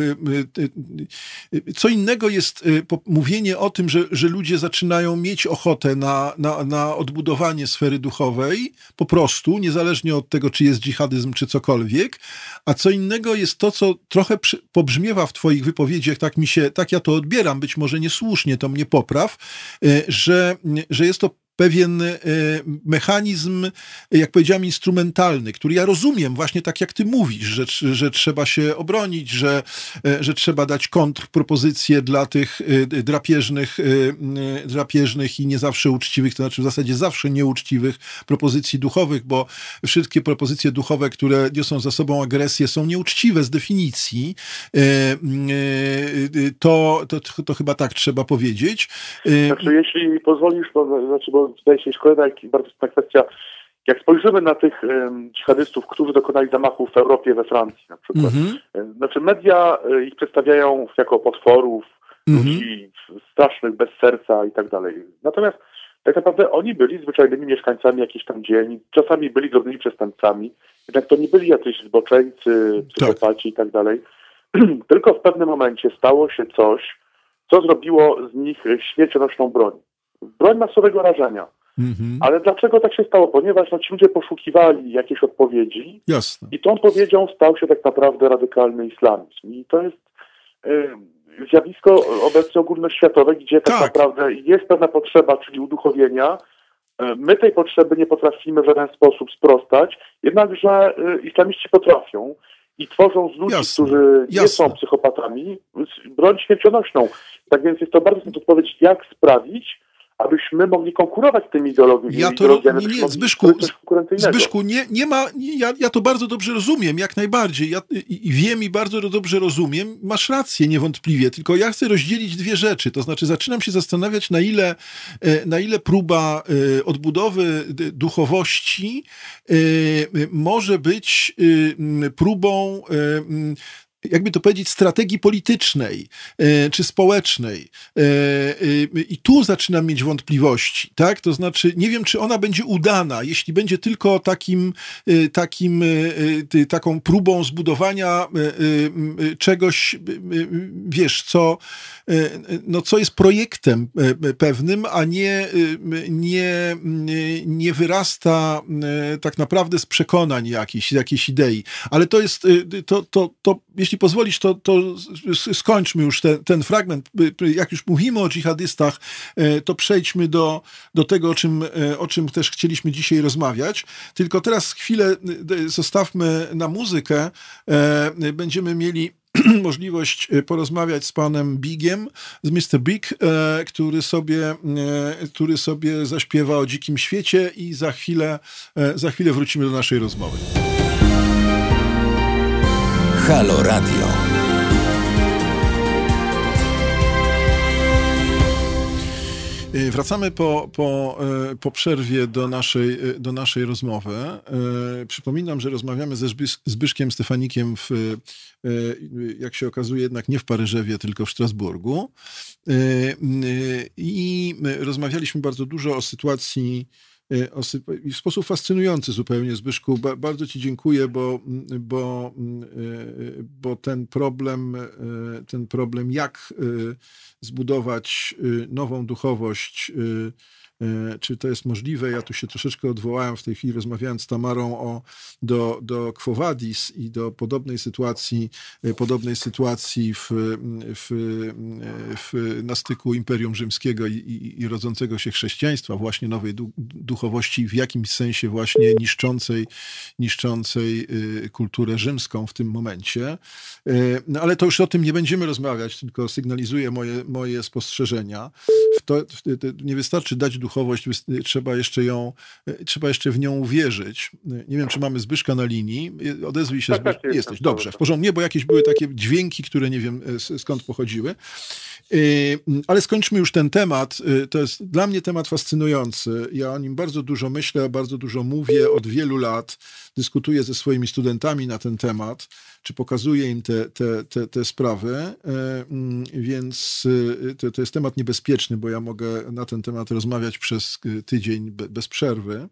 co innego jest mówienie o tym, że, że ludzie zaczynają mieć ochotę na, na, na odbudowanie sfery duchowej, po prostu, niezależnie od tego, czy jest dżihadyzm, czy cokolwiek, a co innego jest to, co trochę przy, pobrzmiewa w twoich wypowiedziach, tak mi się, tak ja to odbieram, być może niesłusznie, to mnie popraw, że, że jest to pewien mechanizm, jak powiedziałem, instrumentalny, który ja rozumiem właśnie tak, jak ty mówisz, że, że trzeba się obronić, że, że trzeba dać kontrpropozycje dla tych drapieżnych, drapieżnych i nie zawsze uczciwych, to znaczy w zasadzie zawsze nieuczciwych propozycji duchowych, bo wszystkie propozycje duchowe, które niosą za sobą agresję, są nieuczciwe z definicji. To, to, to chyba tak trzeba powiedzieć. Znaczy, jeśli pozwolisz, to znaczy, bo wydaje się, że kolejna bardzo istotna kwestia, jak spojrzymy na tych um, dżihadystów, którzy dokonali zamachów w Europie, we Francji na przykład, mm-hmm. znaczy media ich przedstawiają jako potworów, mm-hmm. ludzi strasznych, bez serca i tak dalej. Natomiast tak naprawdę oni byli zwyczajnymi mieszkańcami jakichś tam dzielnic, czasami byli drobnymi przestępcami, jednak to nie byli jacyś zboczeńcy, psychopaci tak. i tak dalej. Tylko w pewnym momencie stało się coś, co zrobiło z nich śmiercionośną broń. Broń masowego rażenia. Mm-hmm. Ale dlaczego tak się stało? Ponieważ no, ci ludzie poszukiwali jakiejś odpowiedzi. Jasne. I tą odpowiedzią stał się tak naprawdę radykalny islamizm. I to jest y, zjawisko obecnie ogólnoświatowe, gdzie tak. tak naprawdę jest pewna potrzeba, czyli uduchowienia. My tej potrzeby nie potrafimy w żaden sposób sprostać, jednakże y, islamiści potrafią. I tworzą z ludzi, jasne, którzy nie jasne. są psychopatami, broń śmiercionośną. Tak więc jest to bardzo trudna odpowiedź, jak sprawić, abyśmy mogli konkurować z tymi ideologiami. Ja to nie, nie, Zbyszku, Zbyszku nie, nie ma, nie, ja, ja to bardzo dobrze rozumiem, jak najbardziej. Ja i, i wiem i bardzo dobrze rozumiem. Masz rację niewątpliwie, tylko ja chcę rozdzielić dwie rzeczy. To znaczy zaczynam się zastanawiać, na ile, na ile próba odbudowy duchowości może być próbą, jakby to powiedzieć, strategii politycznej e, czy społecznej. E, e, I tu zaczynam mieć wątpliwości, tak? To znaczy, nie wiem, czy ona będzie udana, jeśli będzie tylko takim, e, takim e, taką próbą zbudowania e, e, czegoś, e, wiesz, co, e, no, co jest projektem e, pewnym, a nie, nie, nie wyrasta e, tak naprawdę z przekonań jakichś, z jakiejś idei. Ale to jest, to, to, to jeśli pozwolisz, to, to skończmy już ten, ten fragment. Jak już mówimy o dżihadystach, to przejdźmy do, do tego, o czym, o czym też chcieliśmy dzisiaj rozmawiać. Tylko teraz chwilę zostawmy na muzykę. Będziemy mieli możliwość porozmawiać z panem Bigiem, z mister Big, który sobie, który sobie zaśpiewa o dzikim świecie i za chwilę, za chwilę wrócimy do naszej rozmowy. Halo Radio. Wracamy po, po, po przerwie do naszej, do naszej rozmowy. Przypominam, że rozmawiamy ze Zbyszkiem Stefanikiem w, jak się okazuje, jednak nie w Paryżewie, tylko w Strasburgu. I rozmawialiśmy bardzo dużo o sytuacji w sposób fascynujący zupełnie, Zbyszku. Ba- bardzo ci dziękuję, bo, bo, bo ten problem, ten problem, jak zbudować nową duchowość, czy to jest możliwe. Ja tu się troszeczkę odwołałem w tej chwili, rozmawiając z Tamarą o, do, do Quo Vadis i do podobnej sytuacji, podobnej sytuacji w, w, w, na styku Imperium Rzymskiego i, i, i rodzącego się chrześcijaństwa, właśnie nowej du, duchowości, w jakimś sensie właśnie niszczącej, niszczącej kulturę rzymską w tym momencie. No ale to już o tym nie będziemy rozmawiać, tylko sygnalizuję moje, moje spostrzeżenia. W to, w, to nie wystarczy dać duchowość, trzeba jeszcze ją, trzeba jeszcze w nią uwierzyć. Nie wiem, czy mamy Zbyszka na linii. Odezwij się, Zbyszek. Jesteś, dobrze, w porządku. Nie, bo jakieś były takie dźwięki, które nie wiem skąd pochodziły. Ale skończmy już ten temat. To jest dla mnie temat fascynujący. Ja o nim bardzo dużo myślę, bardzo dużo mówię od wielu lat. Dyskutuję ze swoimi studentami na ten temat, czy pokazuję im te, te, te, te sprawy, więc to, to jest temat niebezpieczny, bo ja mogę na ten temat rozmawiać przez tydzień bez przerwy.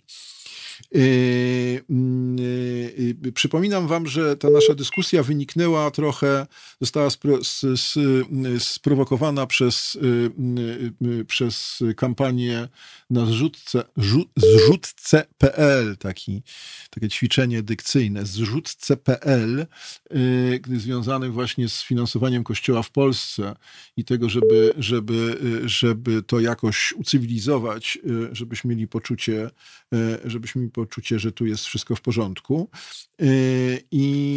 Przypominam wam, że ta nasza dyskusja wyniknęła trochę, została spro, sprowokowana przez, przez kampanię na zrzutce, zrzutce kropka pe el, taki, takie ćwiczenie dykcyjne, zrzutce kropka pe el, związane właśnie z finansowaniem Kościoła w Polsce i tego, żeby, żeby, żeby to jakoś ucywilizować, żebyśmy mieli poczucie, żebyśmy mieli poczucie, że tu jest wszystko w porządku. I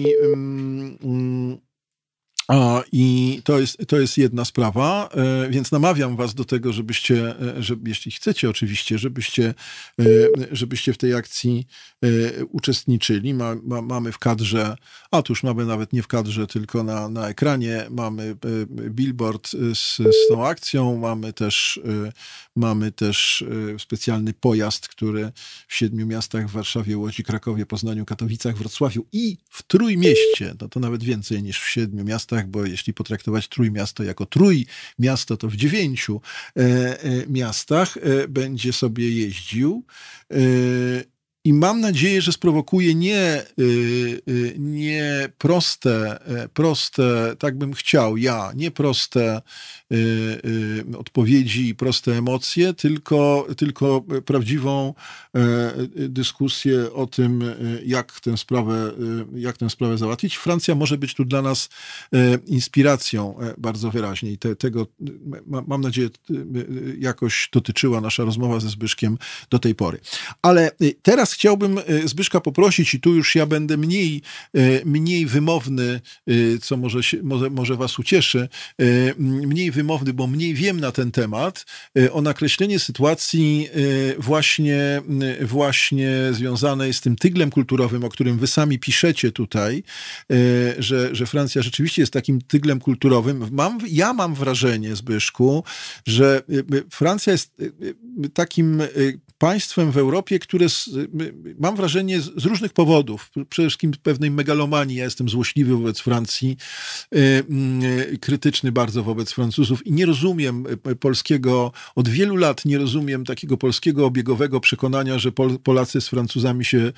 A, i to jest, to jest jedna sprawa, więc namawiam was do tego, żebyście, żeby, jeśli chcecie oczywiście, żebyście, żebyście w tej akcji uczestniczyli. Ma, ma, mamy w kadrze, a tu już mamy nawet nie w kadrze, tylko na, na ekranie, mamy billboard z, z tą akcją, mamy też, mamy też specjalny pojazd, który w siedmiu miastach, w Warszawie, Łodzi, Krakowie, Poznaniu, Katowicach, Wrocławiu i w Trójmieście, no to nawet więcej niż w siedmiu miastach, bo jeśli potraktować Trójmiasto jako Trójmiasto, to w dziewięciu e, e, miastach e, będzie sobie jeździł. E, I mam nadzieję, że sprowokuje nie, nie proste, proste, tak bym chciał ja, nie proste odpowiedzi i proste emocje, tylko, tylko prawdziwą dyskusję o tym, jak tę sprawę, jak tę sprawę załatwić. Francja może być tu dla nas inspiracją bardzo wyraźnie i te, tego, mam nadzieję, jakoś dotyczyła nasza rozmowa ze Zbyszkiem do tej pory. Ale teraz chciałbym Zbyszka poprosić, i tu już ja będę mniej, mniej wymowny, co może, się, może, może was ucieszy, mniej wymowny, bo mniej wiem na ten temat, o nakreślenie sytuacji właśnie, właśnie związanej z tym tyglem kulturowym, o którym wy sami piszecie tutaj, że, że Francja rzeczywiście jest takim tyglem kulturowym. Mam, ja mam wrażenie, Zbyszku, że Francja jest takim państwem w Europie, które z, mam wrażenie z różnych powodów, przede wszystkim pewnej megalomanii, ja jestem złośliwy wobec Francji, krytyczny bardzo wobec Francuzów i nie rozumiem polskiego, od wielu lat nie rozumiem takiego polskiego obiegowego przekonania, że Pol, Polacy z Francuzami się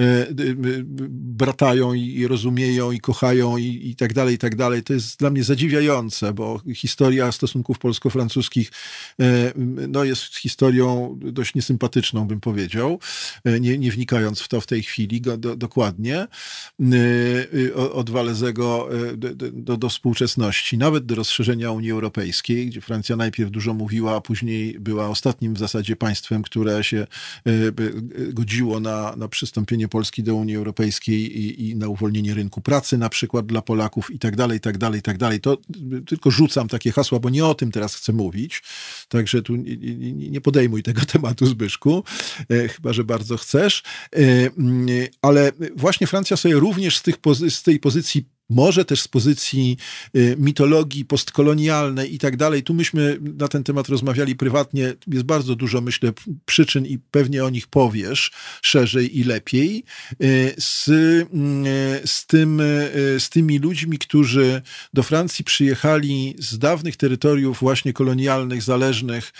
bratają i rozumieją i kochają i, i tak dalej, i tak dalej. To jest dla mnie zadziwiające, bo historia stosunków polsko-francuskich no, jest historią dość niesympatyczną, bym powiedział, nie, nie wnikając w to w tej chwili go, do, dokładnie, od Walezego do, do, do współczesności, nawet do rozszerzenia Unii Europejskiej, gdzie Francja najpierw dużo mówiła, a później była ostatnim w zasadzie państwem, które się godziło na, na przystąpienie Polski do Unii Europejskiej i, i na uwolnienie rynku pracy na przykład dla Polaków i tak dalej, i tak dalej, i tak dalej. To tylko rzucam takie hasła, bo nie o tym teraz chcę mówić, także tu nie, nie podejmuj tego tematu, Zbyszku, chyba że bardzo chcesz, ale właśnie Francja sobie również z, tych, z tej pozycji, może też z pozycji mitologii postkolonialnej i tak dalej. Tu myśmy na ten temat rozmawiali prywatnie. Jest bardzo dużo, myślę, przyczyn i pewnie o nich powiesz szerzej i lepiej. Z, z, tym, z tymi ludźmi, którzy do Francji przyjechali z dawnych terytoriów właśnie kolonialnych, zależnych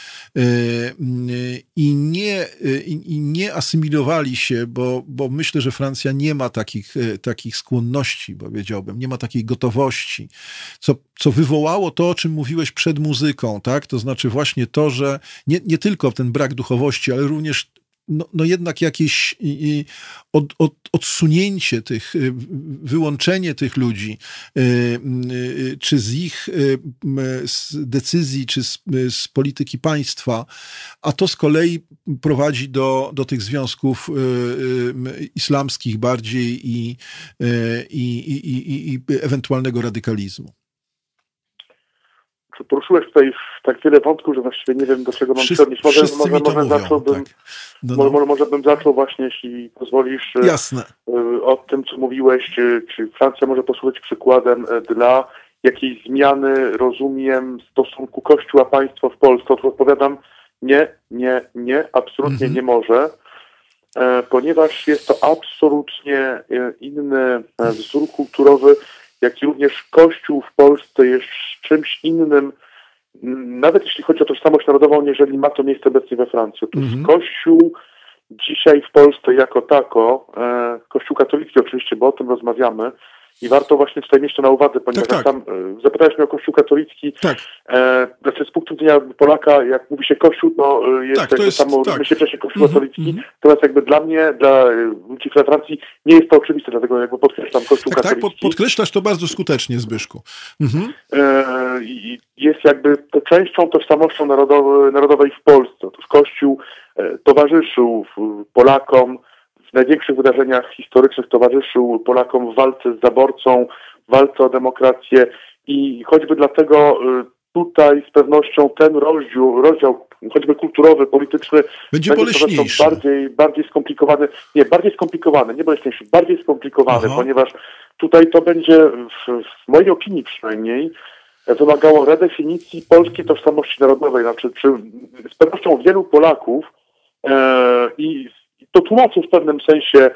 i nie, i nie asymilowali się, bo, bo myślę, że Francja nie ma takich, takich skłonności, powiedziałbym, nie ma takiej gotowości, co, co wywołało to, o czym mówiłeś przed muzyką, tak? To znaczy właśnie to, że nie, nie tylko ten brak duchowości, ale również no, no jednak jakieś i, od, od, odsunięcie tych, wyłączenie tych ludzi, czy z ich z decyzji, czy z, z polityki państwa, a to z kolei prowadzi do, do tych związków islamskich bardziej i, i, i, i, i ewentualnego radykalizmu. poruszyłeś tutaj tak wiele wątków, że właściwie nie wiem, do czego mam Wszyscy, przenieść. Może, może, może może zacząłbym, tak. no, no. Może, może bym zaczął właśnie, jeśli pozwolisz, Jasne. od tym, co mówiłeś, czy Francja może posłużyć przykładem dla jakiejś zmiany, rozumiem, stosunku Kościół-państwo w Polsce. To odpowiadam, nie, nie, nie, absolutnie mm-hmm. nie może, ponieważ jest to absolutnie inny wzór kulturowy, jak i również Kościół w Polsce jest czymś innym, nawet jeśli chodzi o tożsamość narodową, jeżeli ma to miejsce obecnie we Francji. Otóż mm-hmm. Kościół dzisiaj w Polsce jako tako, e, Kościół katolicki oczywiście, bo o tym rozmawiamy i warto właśnie tutaj mieć to na uwadze, ponieważ tak, tak. tam e, zapytałeś mnie o Kościół katolicki, tak. e, znaczy z punktu widzenia Polaka, jak mówi się Kościół, to jest tak, jakby to jest, samo, tak. myśli wcześniej Kościół mm-hmm, katolicki, mm-hmm. natomiast jakby dla mnie, dla ludzi we Francji nie jest to oczywiste, dlatego jakby podkreślam Kościół tak, katolicki. Tak, pod, podkreślasz to bardzo skutecznie, Zbyszku. Mm-hmm. E, i jest jakby to częścią tożsamością narodowej, narodowej w Polsce. Otóż Kościół e, towarzyszył Polakom w największych wydarzeniach historycznych, towarzyszył Polakom w walce z zaborcą, w walce o demokrację i choćby dlatego tutaj z pewnością ten rozdział, rozdział choćby kulturowy, polityczny będzie boleśniejszy. Bardziej, bardziej skomplikowany, nie, bardziej skomplikowany, nie boleśniejszy, bardziej skomplikowany, Aha. ponieważ tutaj to będzie, w, w mojej opinii przynajmniej, wymagało redefinicji polskiej tożsamości narodowej. Znaczy, czy, z pewnością wielu Polaków e, i to tłumaczy w pewnym sensie e,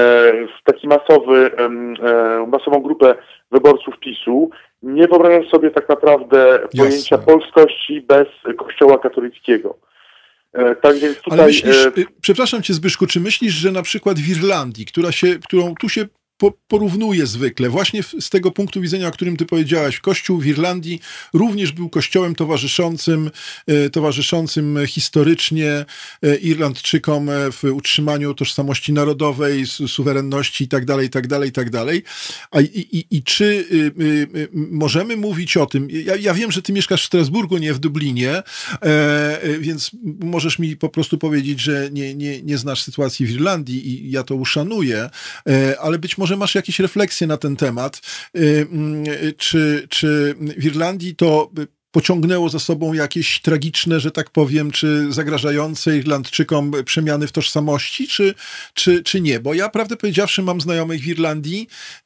w taki masowy, e, masową grupę wyborców PiSu, nie wyobrażam sobie tak naprawdę Jasne. pojęcia polskości bez Kościoła katolickiego. E, tak więc tutaj, Ale myślisz, e, przepraszam cię Zbyszku, czy myślisz, że na przykład w Irlandii, która się, którą tu się porównuje zwykle, właśnie z tego punktu widzenia, o którym ty powiedziałaś, Kościół w Irlandii również był kościołem towarzyszącym, towarzyszącym historycznie Irlandczykom w utrzymaniu tożsamości narodowej, suwerenności itd., itd., itd. A i, i, i czy y, y, możemy mówić o tym, ja, ja wiem, że ty mieszkasz w Strasburgu, nie w Dublinie, e, więc możesz mi po prostu powiedzieć, że nie, nie, nie znasz sytuacji w Irlandii i ja to uszanuję, e, ale być może Może masz jakieś refleksje na ten temat, czy, czy w Irlandii to pociągnęło za sobą jakieś tragiczne, że tak powiem, czy zagrażające Irlandczykom przemiany w tożsamości, czy, czy, czy nie? Bo ja, prawdę powiedziawszy, mam znajomych w Irlandii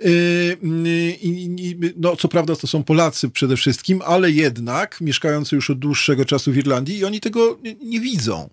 i no, co prawda to są Polacy przede wszystkim, ale jednak mieszkający już od dłuższego czasu w Irlandii i oni tego nie widzą.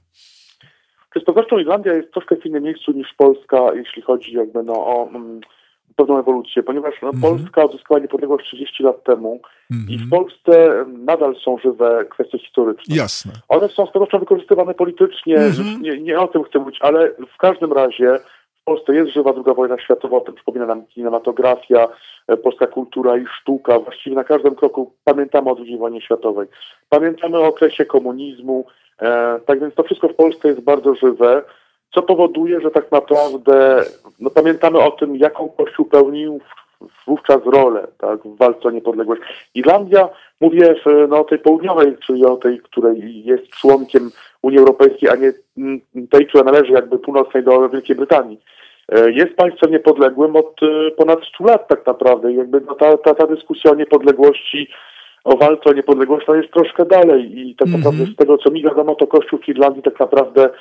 Z pewnością Irlandia jest troszkę w innym miejscu niż Polska, jeśli chodzi jakby no, o mm, pewną ewolucję, ponieważ no, mm-hmm. Polska odzyskała niepodległość trzydzieści lat temu mm-hmm. i w Polsce nadal są żywe kwestie historyczne. Jasne. One są z pewnością wykorzystywane politycznie, mm-hmm. nie, nie o tym chcę mówić, ale w każdym razie w Polsce jest żywa druga wojna światowa, o tym przypomina nam kinematografia, polska kultura i sztuka. Właściwie na każdym kroku pamiętamy o drugiej wojnie światowej. Pamiętamy o okresie komunizmu, e, tak więc to wszystko w Polsce jest bardzo żywe, co powoduje, że tak naprawdę no, pamiętamy o tym, jaką Kościół pełnił wówczas rolę, tak, w walce o niepodległość. Irlandia, mówię w, no, o tej południowej, czyli o tej, której jest członkiem Unii Europejskiej, a nie tej, która należy jakby północnej do Wielkiej Brytanii. Jest państwem niepodległym od ponad stu lat tak naprawdę. Jakby no, ta, ta, ta dyskusja o niepodległości, o walce o niepodległość, no jest troszkę dalej i tak mm-hmm. naprawdę z tego, co mi wiadomo, to Kościół w Irlandii tak naprawdę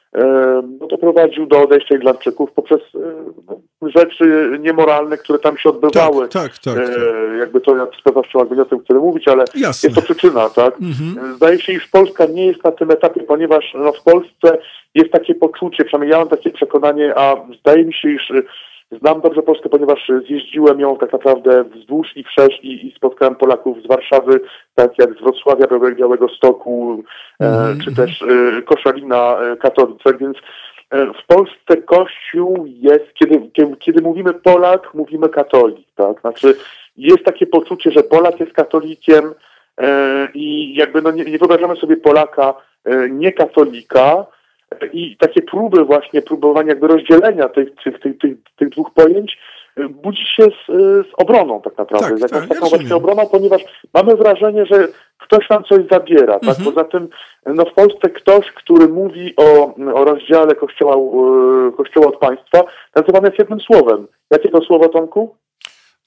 no to prowadził do odejścia Irlandczyków poprzez no, rzeczy niemoralne, które tam się odbywały. Tak, tak, tak, tak. Jakby to ja z pewnością jakby nie o tym chcę mówić, ale Jasne. jest to przyczyna, tak? Mhm. Zdaje się, iż Polska nie jest na tym etapie, ponieważ no, w Polsce jest takie poczucie, przynajmniej ja mam takie przekonanie, a zdaje mi się, iż znam dobrze Polskę, ponieważ zjeździłem ją tak naprawdę wzdłuż i wszerz i, i spotkałem Polaków z Warszawy, tak jak z Wrocławia, Białegostoku, mm. e, czy też e, Koszalina, e, Katowice, więc e, w Polsce Kościół jest, kiedy, kiedy, kiedy mówimy Polak, mówimy katolik, tak? Znaczy jest takie poczucie, że Polak jest katolikiem e, i jakby no nie, nie wyobrażamy sobie Polaka e, nie katolika, i takie próby właśnie, próbowania jakby rozdzielenia tych, tych, tych, tych, tych dwóch pojęć budzi się z, z obroną tak naprawdę. Tak, z jakąś tak, taką ja właśnie obroną, ponieważ mamy wrażenie, że ktoś nam coś zabiera. Mhm. Tak? Poza tym no w Polsce ktoś, który mówi o, o rozdziale kościoła, kościoła od państwa, nazywany jest jednym słowem. Jakie to słowo, Tomku?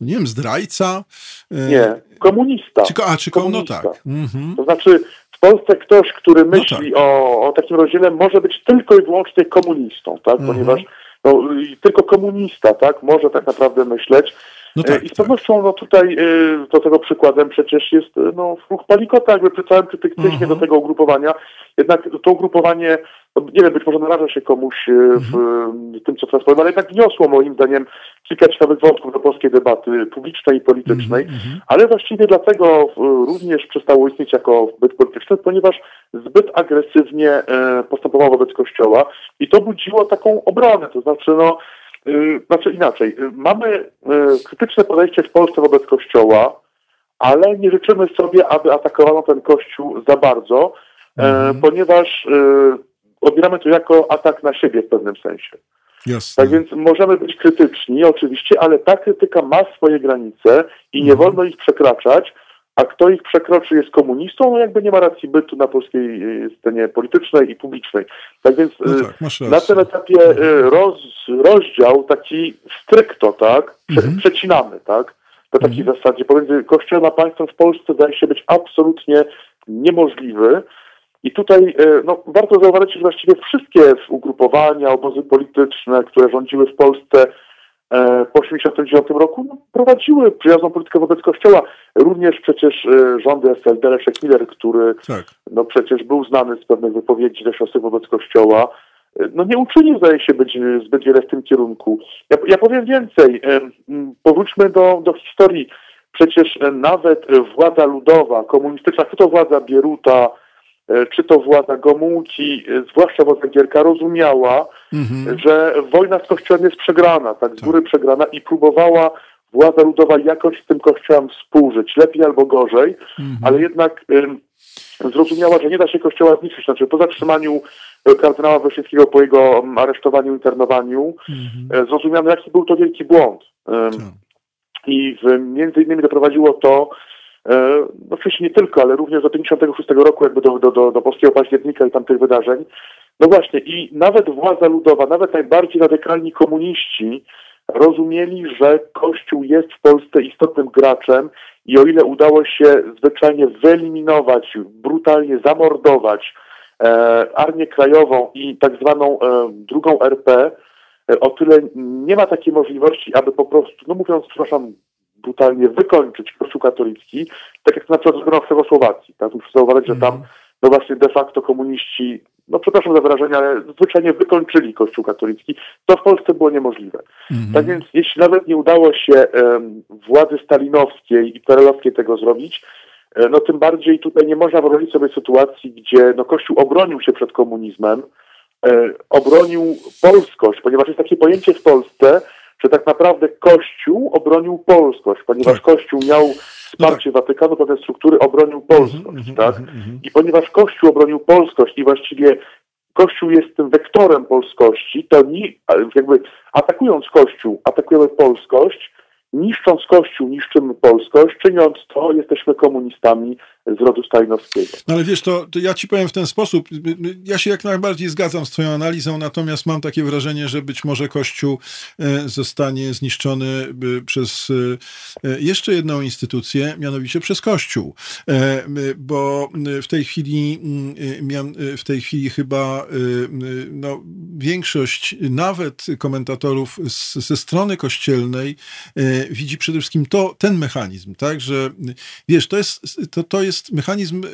nie wiem, zdrajca? Nie, komunista. Czy, a, czy komunista. No tak. Mhm. To znaczy w Polsce ktoś, który myśli no tak. o, o takim rozdziale, może być tylko i wyłącznie komunistą, tak? Mhm. Ponieważ no, tylko komunista, tak, może tak naprawdę myśleć. No tak, I z pewnością tak. no tutaj do tego przykładem przecież jest no, ruch Palikota, jakby przy całym krytycyzmie uh-huh. do tego ugrupowania. Jednak to ugrupowanie, no, nie wiem, być może naraża się komuś w, uh-huh. w tym, co teraz powiem, ale jednak wniosło moim zdaniem kilka ciekawych wątków do polskiej debaty publicznej i politycznej, uh-huh. ale właściwie dlatego również przestało istnieć jako byt polityczny, ponieważ zbyt agresywnie e, postępował wobec Kościoła i to budziło taką obronę, to znaczy no Znaczy inaczej, mamy krytyczne podejście w Polsce wobec Kościoła, ale nie życzymy sobie, aby atakowano ten Kościół za bardzo, mhm. ponieważ odbieramy to jako atak na siebie w pewnym sensie. Jasne. Tak więc możemy być krytyczni oczywiście, ale ta krytyka ma swoje granice i nie mhm. wolno ich przekraczać, a kto ich przekroczy jest komunistą, no jakby nie ma racji bytu na polskiej scenie politycznej i publicznej. Tak więc no tak, na tym etapie roz, rozdział taki stricto, tak, Prze, mm-hmm. przecinamy, tak, na takiej mm-hmm. zasadzie pomiędzy Kościołem a państwem w Polsce zdaje się być absolutnie niemożliwy. I tutaj no, warto zauważyć, że właściwie wszystkie ugrupowania, obozy polityczne, które rządziły w Polsce po osiemdziesiątym dziewiątym roku no, prowadziły przyjazną politykę wobec Kościoła. Również przecież e, rządy S L D, Leszek Miller, który tak. no przecież był znany z pewnych wypowiedzi lesiostych wobec Kościoła, e, no nie uczynił, zdaje się, być zbyt wiele w tym kierunku. Ja, ja powiem więcej. E, powróćmy do, do historii. Przecież e, nawet władza ludowa, komunistyczna, czy to władza Bieruta, czy to władza Gomułki, zwłaszcza władza Gierka, rozumiała, mm-hmm. że wojna z Kościołem jest przegrana, tak, z góry tak. przegrana i próbowała władza ludowa jakoś z tym Kościołem współżyć, lepiej albo gorzej, mm-hmm. ale jednak y, zrozumiała, że nie da się Kościoła zniszczyć. Znaczy po zatrzymaniu kardynała Wyszyńskiego, po jego aresztowaniu, internowaniu, mm-hmm. zrozumiano, jaki był to wielki błąd. Y, I w, między innymi doprowadziło to E, oczywiście nie tylko, ale również do pięćdziesiątego szóstego roku, jakby do, do, do, do polskiego października i tamtych wydarzeń. No właśnie, i nawet władza ludowa, nawet najbardziej radykalni komuniści rozumieli, że Kościół jest w Polsce istotnym graczem i o ile udało się zwyczajnie wyeliminować, brutalnie zamordować e, Armię Krajową i tak zwaną e, drugą R P, e, o tyle nie ma takiej możliwości, aby po prostu, no mówiąc, przepraszam, brutalnie wykończyć Kościół katolicki, tak jak to na przykład zrobiono w Czechosłowacji. Tak? Muszę zauważyć, że tam no właśnie de facto komuniści, no przepraszam za wyrażenie, ale zwyczajnie wykończyli Kościół katolicki, co w Polsce było niemożliwe. Mm-hmm. Tak więc jeśli nawet nie udało się um, władzy stalinowskiej i perelowskiej tego zrobić, e, no tym bardziej tutaj nie można wyobrazić sobie sytuacji, gdzie no, Kościół obronił się przed komunizmem, e, obronił polskość, ponieważ jest takie pojęcie w Polsce, że tak naprawdę Kościół obronił polskość, ponieważ tak. Kościół miał wsparcie no tak. Watykanu, pewne struktury obronił polskość, mm-hmm, tak? Mm-hmm. I ponieważ Kościół obronił polskość i właściwie Kościół jest tym wektorem polskości, to ni, jakby atakując Kościół, atakujemy polskość, niszcząc Kościół, niszczymy polskość, czyniąc to, jesteśmy komunistami z rodu stalinowskiego. No ale wiesz, to, to ja ci powiem w ten sposób, ja się jak najbardziej zgadzam z twoją analizą, natomiast mam takie wrażenie, że być może Kościół zostanie zniszczony przez jeszcze jedną instytucję, mianowicie przez Kościół, bo w tej chwili w tej chwili chyba no, większość nawet komentatorów z, ze strony kościelnej widzi przede wszystkim to, ten mechanizm, tak, że wiesz, to jest, to, to jest mechanizm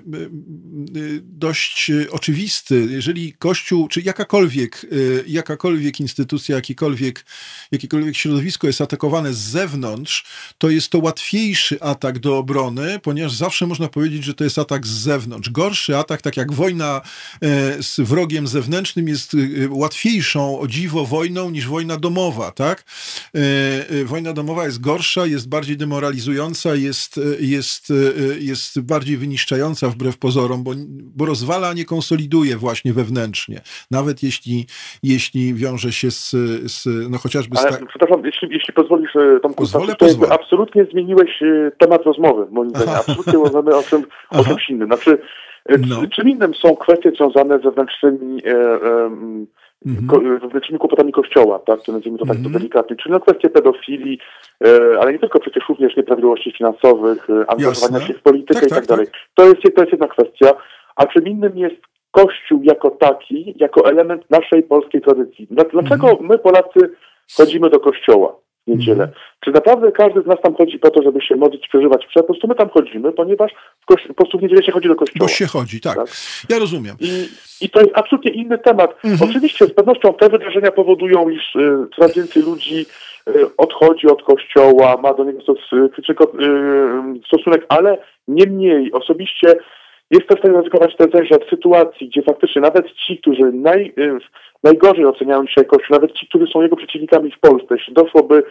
dość oczywisty. Jeżeli Kościół, czy jakakolwiek, jakakolwiek instytucja, jakikolwiek, jakiekolwiek środowisko jest atakowane z zewnątrz, to jest to łatwiejszy atak do obrony, ponieważ zawsze można powiedzieć, że to jest atak z zewnątrz. Gorszy atak, tak jak wojna z wrogiem zewnętrznym jest łatwiejszą, o dziwo, wojną niż wojna domowa, tak? Wojna domowa jest gorsza, jest bardziej demoralizująca, jest, jest, jest bardziej wyniszczająca wbrew pozorom, bo, bo rozwala, a nie konsoliduje właśnie wewnętrznie. Nawet jeśli, jeśli wiąże się z, z no chociażby... Ale, z ta... przepraszam, jeśli, jeśli pozwolisz, Tomku, pozwolę, to pozwolę. absolutnie zmieniłeś temat rozmowy, moim zdaniem. Absolutnie rozmawiamy o czym, o czymś innym. Znaczy, No. Czym innym są kwestie związane z wewnętrznymi, e, e, mm-hmm. ko, wewnętrznymi kłopotami Kościoła, tak, to nazwijmy to tak mm-hmm. delikatnie, czyli no kwestie pedofilii, e, ale nie tylko, przecież również nieprawidłowości finansowych, e, angażowania się w politykę tak, i tak, tak dalej. Tak. To jest, to jest jedna kwestia, a czym innym jest Kościół jako taki, jako element naszej polskiej tradycji. Dlaczego mm-hmm. my Polacy chodzimy do kościoła w niedzielę? Mm. Czy naprawdę każdy z nas tam chodzi po to, żeby się modlić, przeżywać prze? Po prostu my tam chodzimy, ponieważ w kości- po prostu w niedzielę się chodzi do kościoła. Bo się chodzi, tak. tak? Ja rozumiem. I, I to jest absolutnie inny temat. Mm-hmm. Oczywiście z pewnością te wydarzenia powodują, iż y, coraz więcej ludzi y, odchodzi od kościoła, ma do niego stos, y, stosunek, ale niemniej osobiście jestem w stanie zaryzykować tezę, że w sytuacji, gdzie faktycznie nawet ci, którzy naj, y, najgorzej oceniają dzisiaj Kościół, nawet ci, którzy są jego przeciwnikami w Polsce, jeśli doszłoby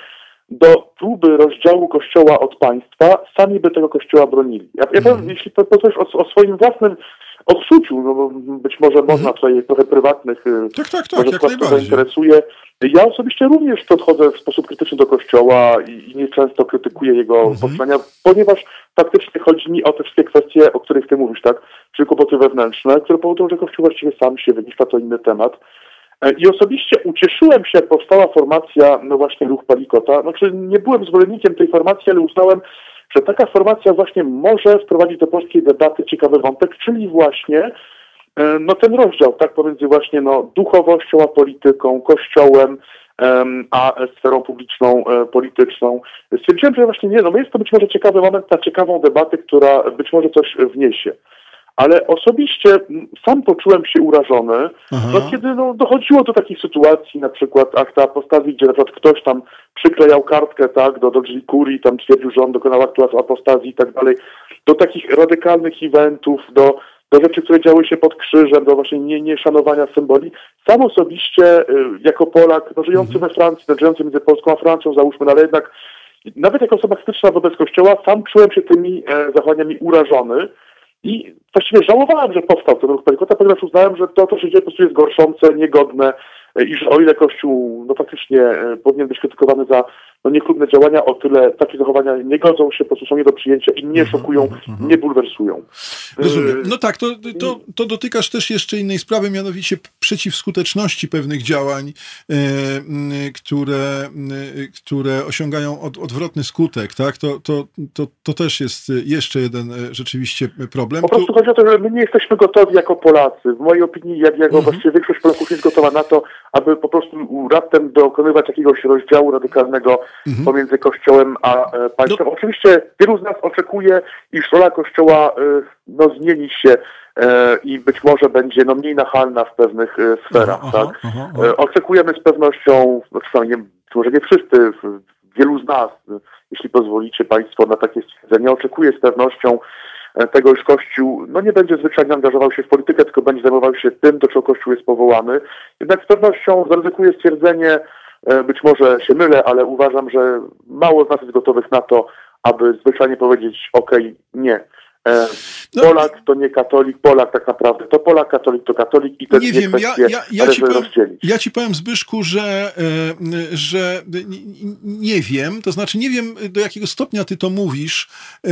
do próby rozdziału Kościoła od państwa, sami by tego Kościoła bronili. Ja, ja powiem, mm. jeśli pozwolisz o, o swoim własnym odczuciu, no bo być może mm. można tutaj trochę prywatnych, tak, tak, tak, może jak was to zainteresuje. Ja osobiście również podchodzę w sposób krytyczny do Kościoła i, i nieczęsto krytykuję jego mm. posłania, ponieważ faktycznie chodzi mi o te wszystkie kwestie, o których ty mówisz, tak? Czyli kłopoty wewnętrzne, które powodują, że Kościół właściwie sam się wyniszcza, to inny temat. I osobiście ucieszyłem się, jak powstała formacja, no właśnie Ruch Palikota. Znaczy nie byłem zwolennikiem tej formacji, ale uznałem, że taka formacja właśnie może wprowadzić do polskiej debaty ciekawy wątek, czyli właśnie no ten rozdział, tak, pomiędzy właśnie no, duchowością a polityką, kościołem, um, a sferą publiczną, e, polityczną. Stwierdziłem, że właśnie nie, no jest to być może ciekawy moment na ciekawą debatę, która być może coś wniesie. Ale osobiście sam poczułem się urażony, no, kiedy no, dochodziło do takich sytuacji, na przykład akta apostazji, gdzie na przykład ktoś tam przyklejał kartkę, tak, do, do drzwi kurii, tam twierdził, że on dokonał aktu apostazji i tak dalej, do takich radykalnych eventów, do, do rzeczy, które działy się pod krzyżem, do właśnie nie, nieszanowania symboli. Sam osobiście, y, jako Polak, no, żyjący mhm. we Francji, no, żyjący między Polską a Francją, załóżmy, no, ale jednak nawet jako osoba krytyczna wobec Kościoła, sam czułem się tymi e, zachowaniami urażony. I właściwie żałowałem, że powstał ten Ruch Palikota, ponieważ uznałem, że to, co się dzieje, po prostu jest gorszące, niegodne i że o ile Kościół no faktycznie powinien być krytykowany za no, niechlubne działania, o tyle takie zachowania nie godzą się, po prostu są nie do przyjęcia i nie szokują, mm-hmm. nie bulwersują. Rozumiem. No tak, to, to, to dotykasz też jeszcze innej sprawy, mianowicie przeciwskuteczności pewnych działań, e, które, e, które osiągają od, odwrotny skutek, tak? To, to, to, to też jest jeszcze jeden rzeczywiście problem. Po prostu tu... chodzi o to, że my nie jesteśmy gotowi jako Polacy. W mojej opinii, jak, jak mm-hmm. właściwie większość Polaków jest gotowa na to, aby po prostu raptem dokonywać jakiegoś rozdziału radykalnego mhm. pomiędzy Kościołem a e, państwem. No. Oczywiście wielu z nas oczekuje, iż rola Kościoła e, no, zmieni się e, i być może będzie no, mniej nachalna w pewnych e, sferach. Aha, tak? aha, aha. E, oczekujemy z pewnością, no, przynajmniej może nie wszyscy, wielu z nas, jeśli pozwolicie Państwo na takie stwierdzenie, oczekuje z pewnością tego, iż Kościół no nie będzie zwyczajnie angażował się w politykę, tylko będzie zajmował się tym, do czego Kościół jest powołany. Jednak z pewnością zaryzykuję stwierdzenie, być może się mylę, ale uważam, że mało z nas jest gotowych na to, aby zwyczajnie powiedzieć, okej, okay, nie. Polak to nie katolik, Polak tak naprawdę to Polak, katolik to katolik i te nie wiem, ja, ja, ja, ci powiem, ja ci powiem, Zbyszku, że, że nie wiem, to znaczy nie wiem, do jakiego stopnia ty to mówisz.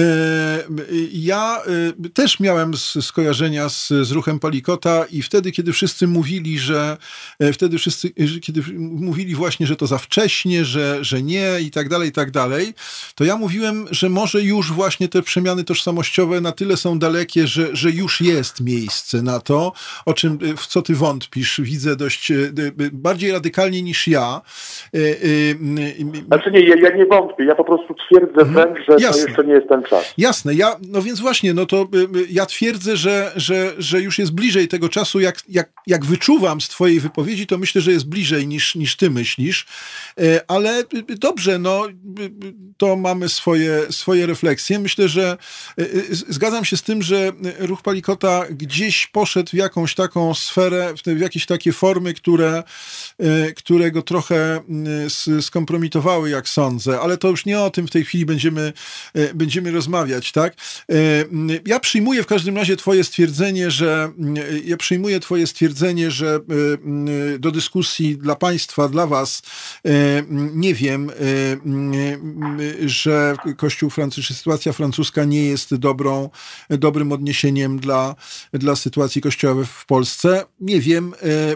Ja też miałem skojarzenia z, z Ruchem Palikota i wtedy, kiedy wszyscy mówili, że wtedy wszyscy, kiedy mówili właśnie, że to za wcześnie, że, że nie i tak dalej, i tak dalej, to ja mówiłem, że może już właśnie te przemiany tożsamościowe na tyle są dalekie, że, że już jest miejsce na to, o czym, w co ty wątpisz, widzę dość bardziej radykalnie niż ja. Znaczy nie, ja, ja nie wątpię, ja po prostu twierdzę mhm. wręcz, że Jasne. To jeszcze nie jest ten czas. Jasne, ja, no więc właśnie, no to ja twierdzę, że, że, że już jest bliżej tego czasu, jak, jak, jak wyczuwam z twojej wypowiedzi, to myślę, że jest bliżej niż, niż ty myślisz, ale dobrze, no to mamy swoje, swoje refleksje. Myślę, że zgadzam się z tym, że Ruch Palikota gdzieś poszedł w jakąś taką sferę, w jakieś takie formy, które, które go trochę skompromitowały, jak sądzę, ale to już nie o tym w tej chwili będziemy, będziemy rozmawiać, tak? Ja przyjmuję w każdym razie twoje stwierdzenie, że ja przyjmuję twoje stwierdzenie, że do dyskusji dla państwa, dla was, nie wiem, że Kościół francuski, sytuacja francuska nie jest dobrą dobrą, dobrym odniesieniem dla, dla sytuacji kościoła w Polsce. Nie wiem,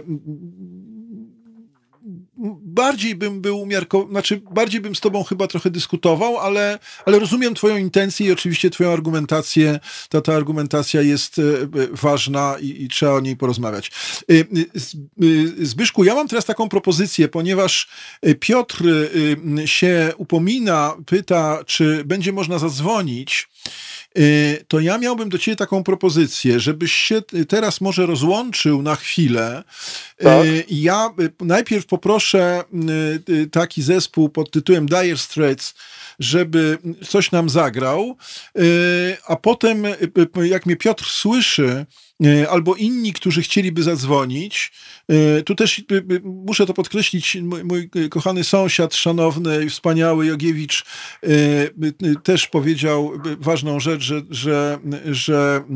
bardziej bym był umiarkowany, znaczy bardziej bym z tobą chyba trochę dyskutował, ale, ale rozumiem twoją intencję i oczywiście twoją argumentację. Ta, ta argumentacja jest ważna i, i trzeba o niej porozmawiać. Zbyszku, ja mam teraz taką propozycję, ponieważ Piotr się upomina, pyta, czy będzie można zadzwonić, to ja miałbym do ciebie taką propozycję, żebyś się teraz może rozłączył na chwilę. Tak. Ja najpierw poproszę taki zespół pod tytułem Dire Straits, żeby coś nam zagrał, a potem, jak mnie Piotr słyszy, albo inni, którzy chcieliby zadzwonić. Tu też muszę to podkreślić, mój, mój kochany sąsiad, szanowny i wspaniały Jogiewicz też powiedział ważną rzecz, że, że, że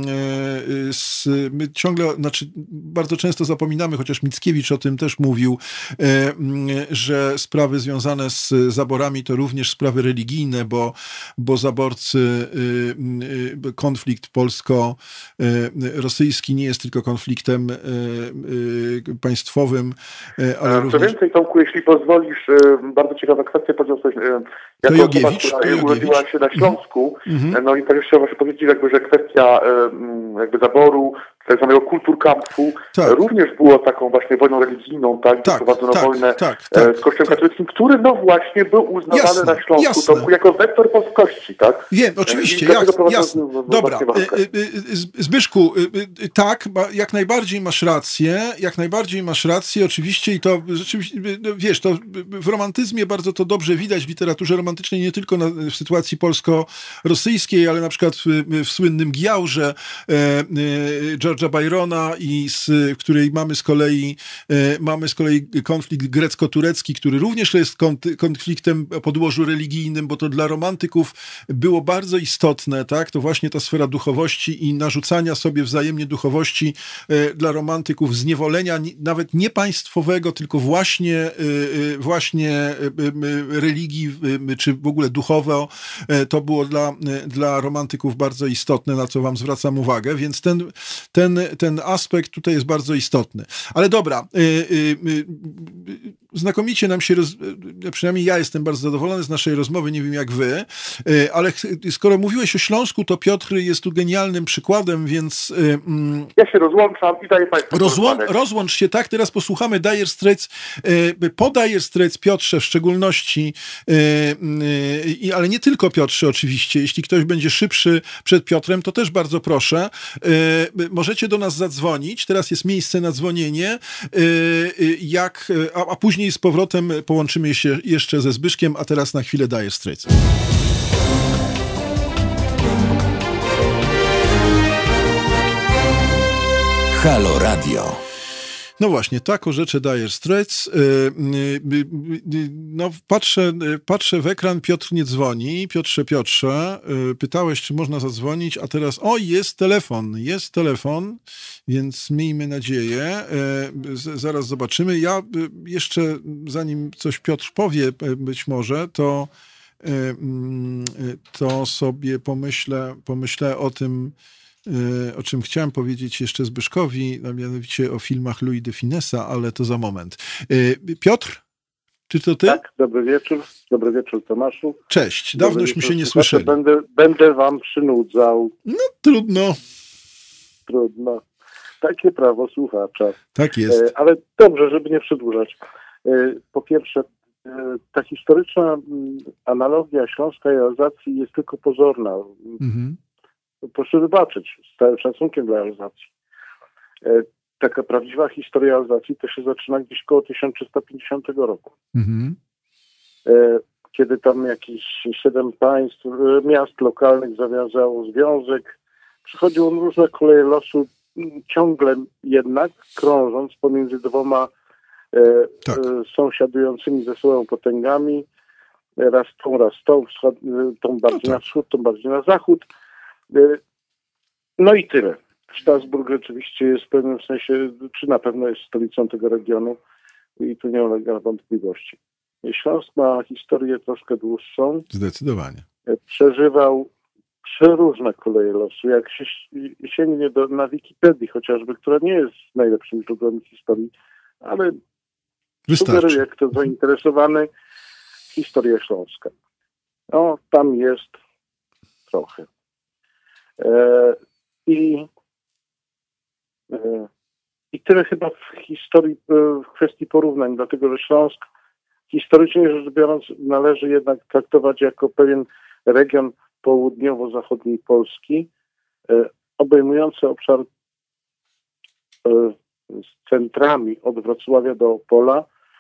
my ciągle, znaczy bardzo często zapominamy, chociaż Mickiewicz o tym też mówił, że sprawy związane z zaborami to również sprawy religijne, bo, bo zaborcy, konflikt polsko-rosyjski nie jest tylko konfliktem państwowym, ale również... Co więcej, Tomku, jeśli pozwolisz, bardzo ciekawa kwestia podniosłeś. To Jogiewicz, to Jogiewicz. Urodziła się na Śląsku, mm-hmm. no i tak jeszcze właśnie powiedzieć, jakby, że kwestia jakby zaboru, tak zwanego kulturkampfu, tak. również było taką właśnie wojną religijną, tak, tak prowadzono tak, wojnę tak, tak, z Kościołem tak. katolickim, który no właśnie był uznawany jasne, na Śląsku to, jako wektor polskości, tak? Wiem, oczywiście, jak, jasne. Dobra, Zbyszku, tak, jak najbardziej masz rację, jak najbardziej masz rację, oczywiście i to rzeczywiście, wiesz, to w romantyzmie bardzo to dobrze widać, w literaturze romantycznej, nie tylko na, w sytuacji polsko-rosyjskiej, ale na przykład w, w słynnym Giaurze George'a Byrona, i z w której mamy z kolei mamy z kolei konflikt grecko-turecki, który również jest konfliktem o podłożu religijnym, bo to dla romantyków było bardzo istotne, tak? To właśnie ta sfera duchowości i narzucania sobie wzajemnie duchowości dla romantyków, zniewolenia nawet nie państwowego, tylko właśnie właśnie religii, czy w ogóle duchowo, to było dla, dla romantyków bardzo istotne, na co wam zwracam uwagę, więc ten Ten, ten aspekt tutaj jest bardzo istotny. Ale dobra, y, y, y, znakomicie nam się, roz... przynajmniej ja jestem bardzo zadowolony z naszej rozmowy, nie wiem jak wy, y, ale skoro mówiłeś o Śląsku, to Piotr jest tu genialnym przykładem, więc... Y, ja się rozłączam i daję Państwu rozłą... Rozłącz się, tak? Teraz posłuchamy Dire Straits. Y, po Dire Straits, Piotrze w szczególności, y, y, ale nie tylko Piotrze oczywiście, jeśli ktoś będzie szybszy przed Piotrem, to też bardzo proszę. Y, możecie do nas zadzwonić, teraz jest miejsce na dzwonienie, jak, a, a później z powrotem połączymy się jeszcze ze Zbyszkiem, a teraz na chwilę Dire Straits. Halo Radio. No właśnie, tak o rzeczy Dire Straits. No patrzę, patrzę w ekran, Piotr nie dzwoni. Piotrze, Piotrze, pytałeś, czy można zadzwonić, a teraz, o, jest telefon, jest telefon, więc miejmy nadzieję. Zaraz zobaczymy. Ja jeszcze, zanim coś Piotr powie być może, to, to sobie pomyślę, pomyślę o tym, o czym chciałem powiedzieć jeszcze Zbyszkowi, a mianowicie o filmach Louis de Funesa, ale to za moment. Piotr, czy to ty? Tak, dobry wieczór. Dobry wieczór, Tomaszu. Cześć, dawnośmy się nie słyszeli. Będę, będę wam przynudzał. No trudno. Trudno. Takie prawo słuchacza. Tak jest. Ale dobrze, żeby nie przedłużać. Po pierwsze, ta historyczna analogia Śląska i Alzacji jest tylko pozorna. Mhm. Proszę wybaczyć, z całym szacunkiem dla Alzacji. E, taka prawdziwa historia Alzacji to się zaczyna gdzieś koło tysiąc trzysta pięćdziesiątego roku. Mm-hmm. E, kiedy tam jakieś siedem państw, e, miast lokalnych zawiązało związek. Przychodził on różne koleje losu, ciągle jednak krążąc pomiędzy dwoma e, tak. e, sąsiadującymi ze sobą potęgami. Raz tą, raz tą, wschod, tą bardziej no tak. na wschód, tą bardziej na zachód. No i tyle. Strasburg rzeczywiście jest w pewnym sensie, czy na pewno jest stolicą tego regionu i tu nie ulega wątpliwości. Śląsk ma historię troszkę dłuższą. Zdecydowanie. Przeżywał przeróżne koleje losu. Jak się sięgnie do, na Wikipedii chociażby, która nie jest najlepszym źródłem historii, ale sugeruje kto zainteresowany, historia śląska. No, tam jest trochę. E, i, e, I tyle chyba w historii, w kwestii porównań, dlatego że Śląsk historycznie rzecz biorąc należy jednak traktować jako pewien region południowo-zachodniej Polski, e, obejmujący obszar e, z centrami od Wrocławia do Opola,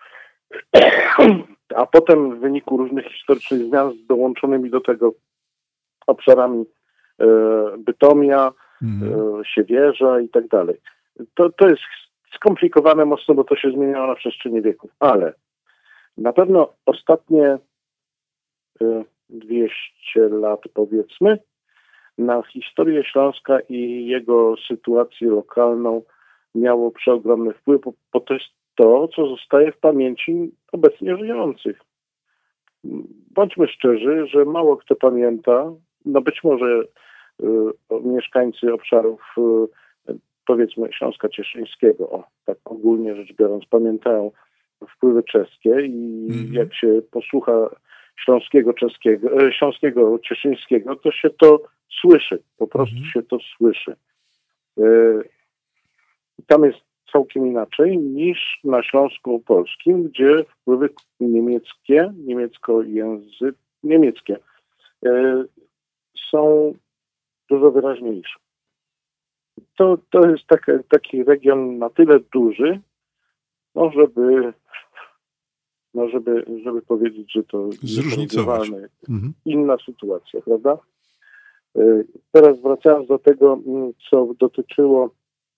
a potem w wyniku różnych historycznych zmian z dołączonymi do tego obszarami e, Bytomia, mm. e, Siewierza i tak dalej. To, to jest skomplikowane mocno, bo to się zmieniało na przestrzeni wieków, ale na pewno ostatnie e, dwieście lat, powiedzmy, na historię Śląska i jego sytuację lokalną miało przeogromny wpływ, bo, bo to jest to, co zostaje w pamięci obecnie żyjących. Bądźmy szczerzy, że mało kto pamięta, no być może y, mieszkańcy obszarów, y, powiedzmy Śląska Cieszyńskiego, o, tak ogólnie rzecz biorąc, pamiętają wpływy czeskie i mm. jak się posłucha śląskiego czeskiego, śląskiego cieszyńskiego, to się to słyszy, po prostu mm. się to słyszy. Y, tam jest całkiem inaczej niż na Śląsku Polskim, gdzie wpływy niemieckie, niemieckojęzyk, niemieckie y, są dużo wyraźniejsze. To, to jest taki, taki region na tyle duży, no żeby, no żeby, żeby powiedzieć, że to zróżnicować. Mhm. Inna sytuacja, prawda? Y, teraz wracając do tego, co dotyczyło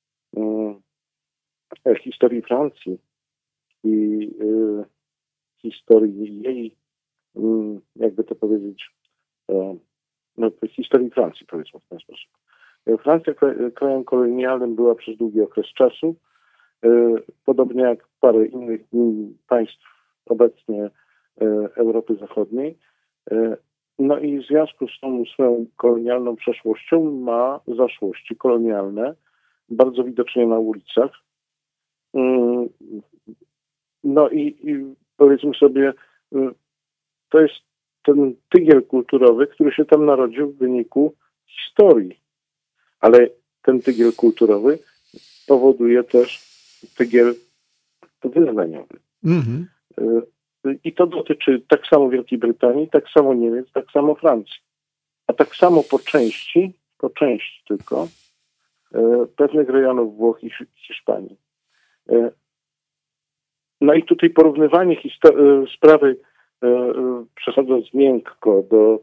y, historii Francji i y, historii jej, y, jakby to powiedzieć, y, no, historii Francji, powiedzmy w ten sposób. Francja krajem kolonialnym była przez długi okres czasu, podobnie jak parę innych państw obecnie Europy Zachodniej. No i w związku z tą swoją kolonialną przeszłością ma zaszłości kolonialne, bardzo widocznie na ulicach. No i, i powiedzmy sobie, to jest ten tygiel kulturowy, który się tam narodził w wyniku historii. Ale ten tygiel kulturowy powoduje też tygiel wyznaniowy. Mm-hmm. I to dotyczy tak samo Wielkiej Brytanii, tak samo Niemiec, tak samo Francji. A tak samo po części, po części tylko, pewnych rejonów Włoch i Hiszpanii. No i tutaj porównywanie histo- sprawy, przechodząc miękko do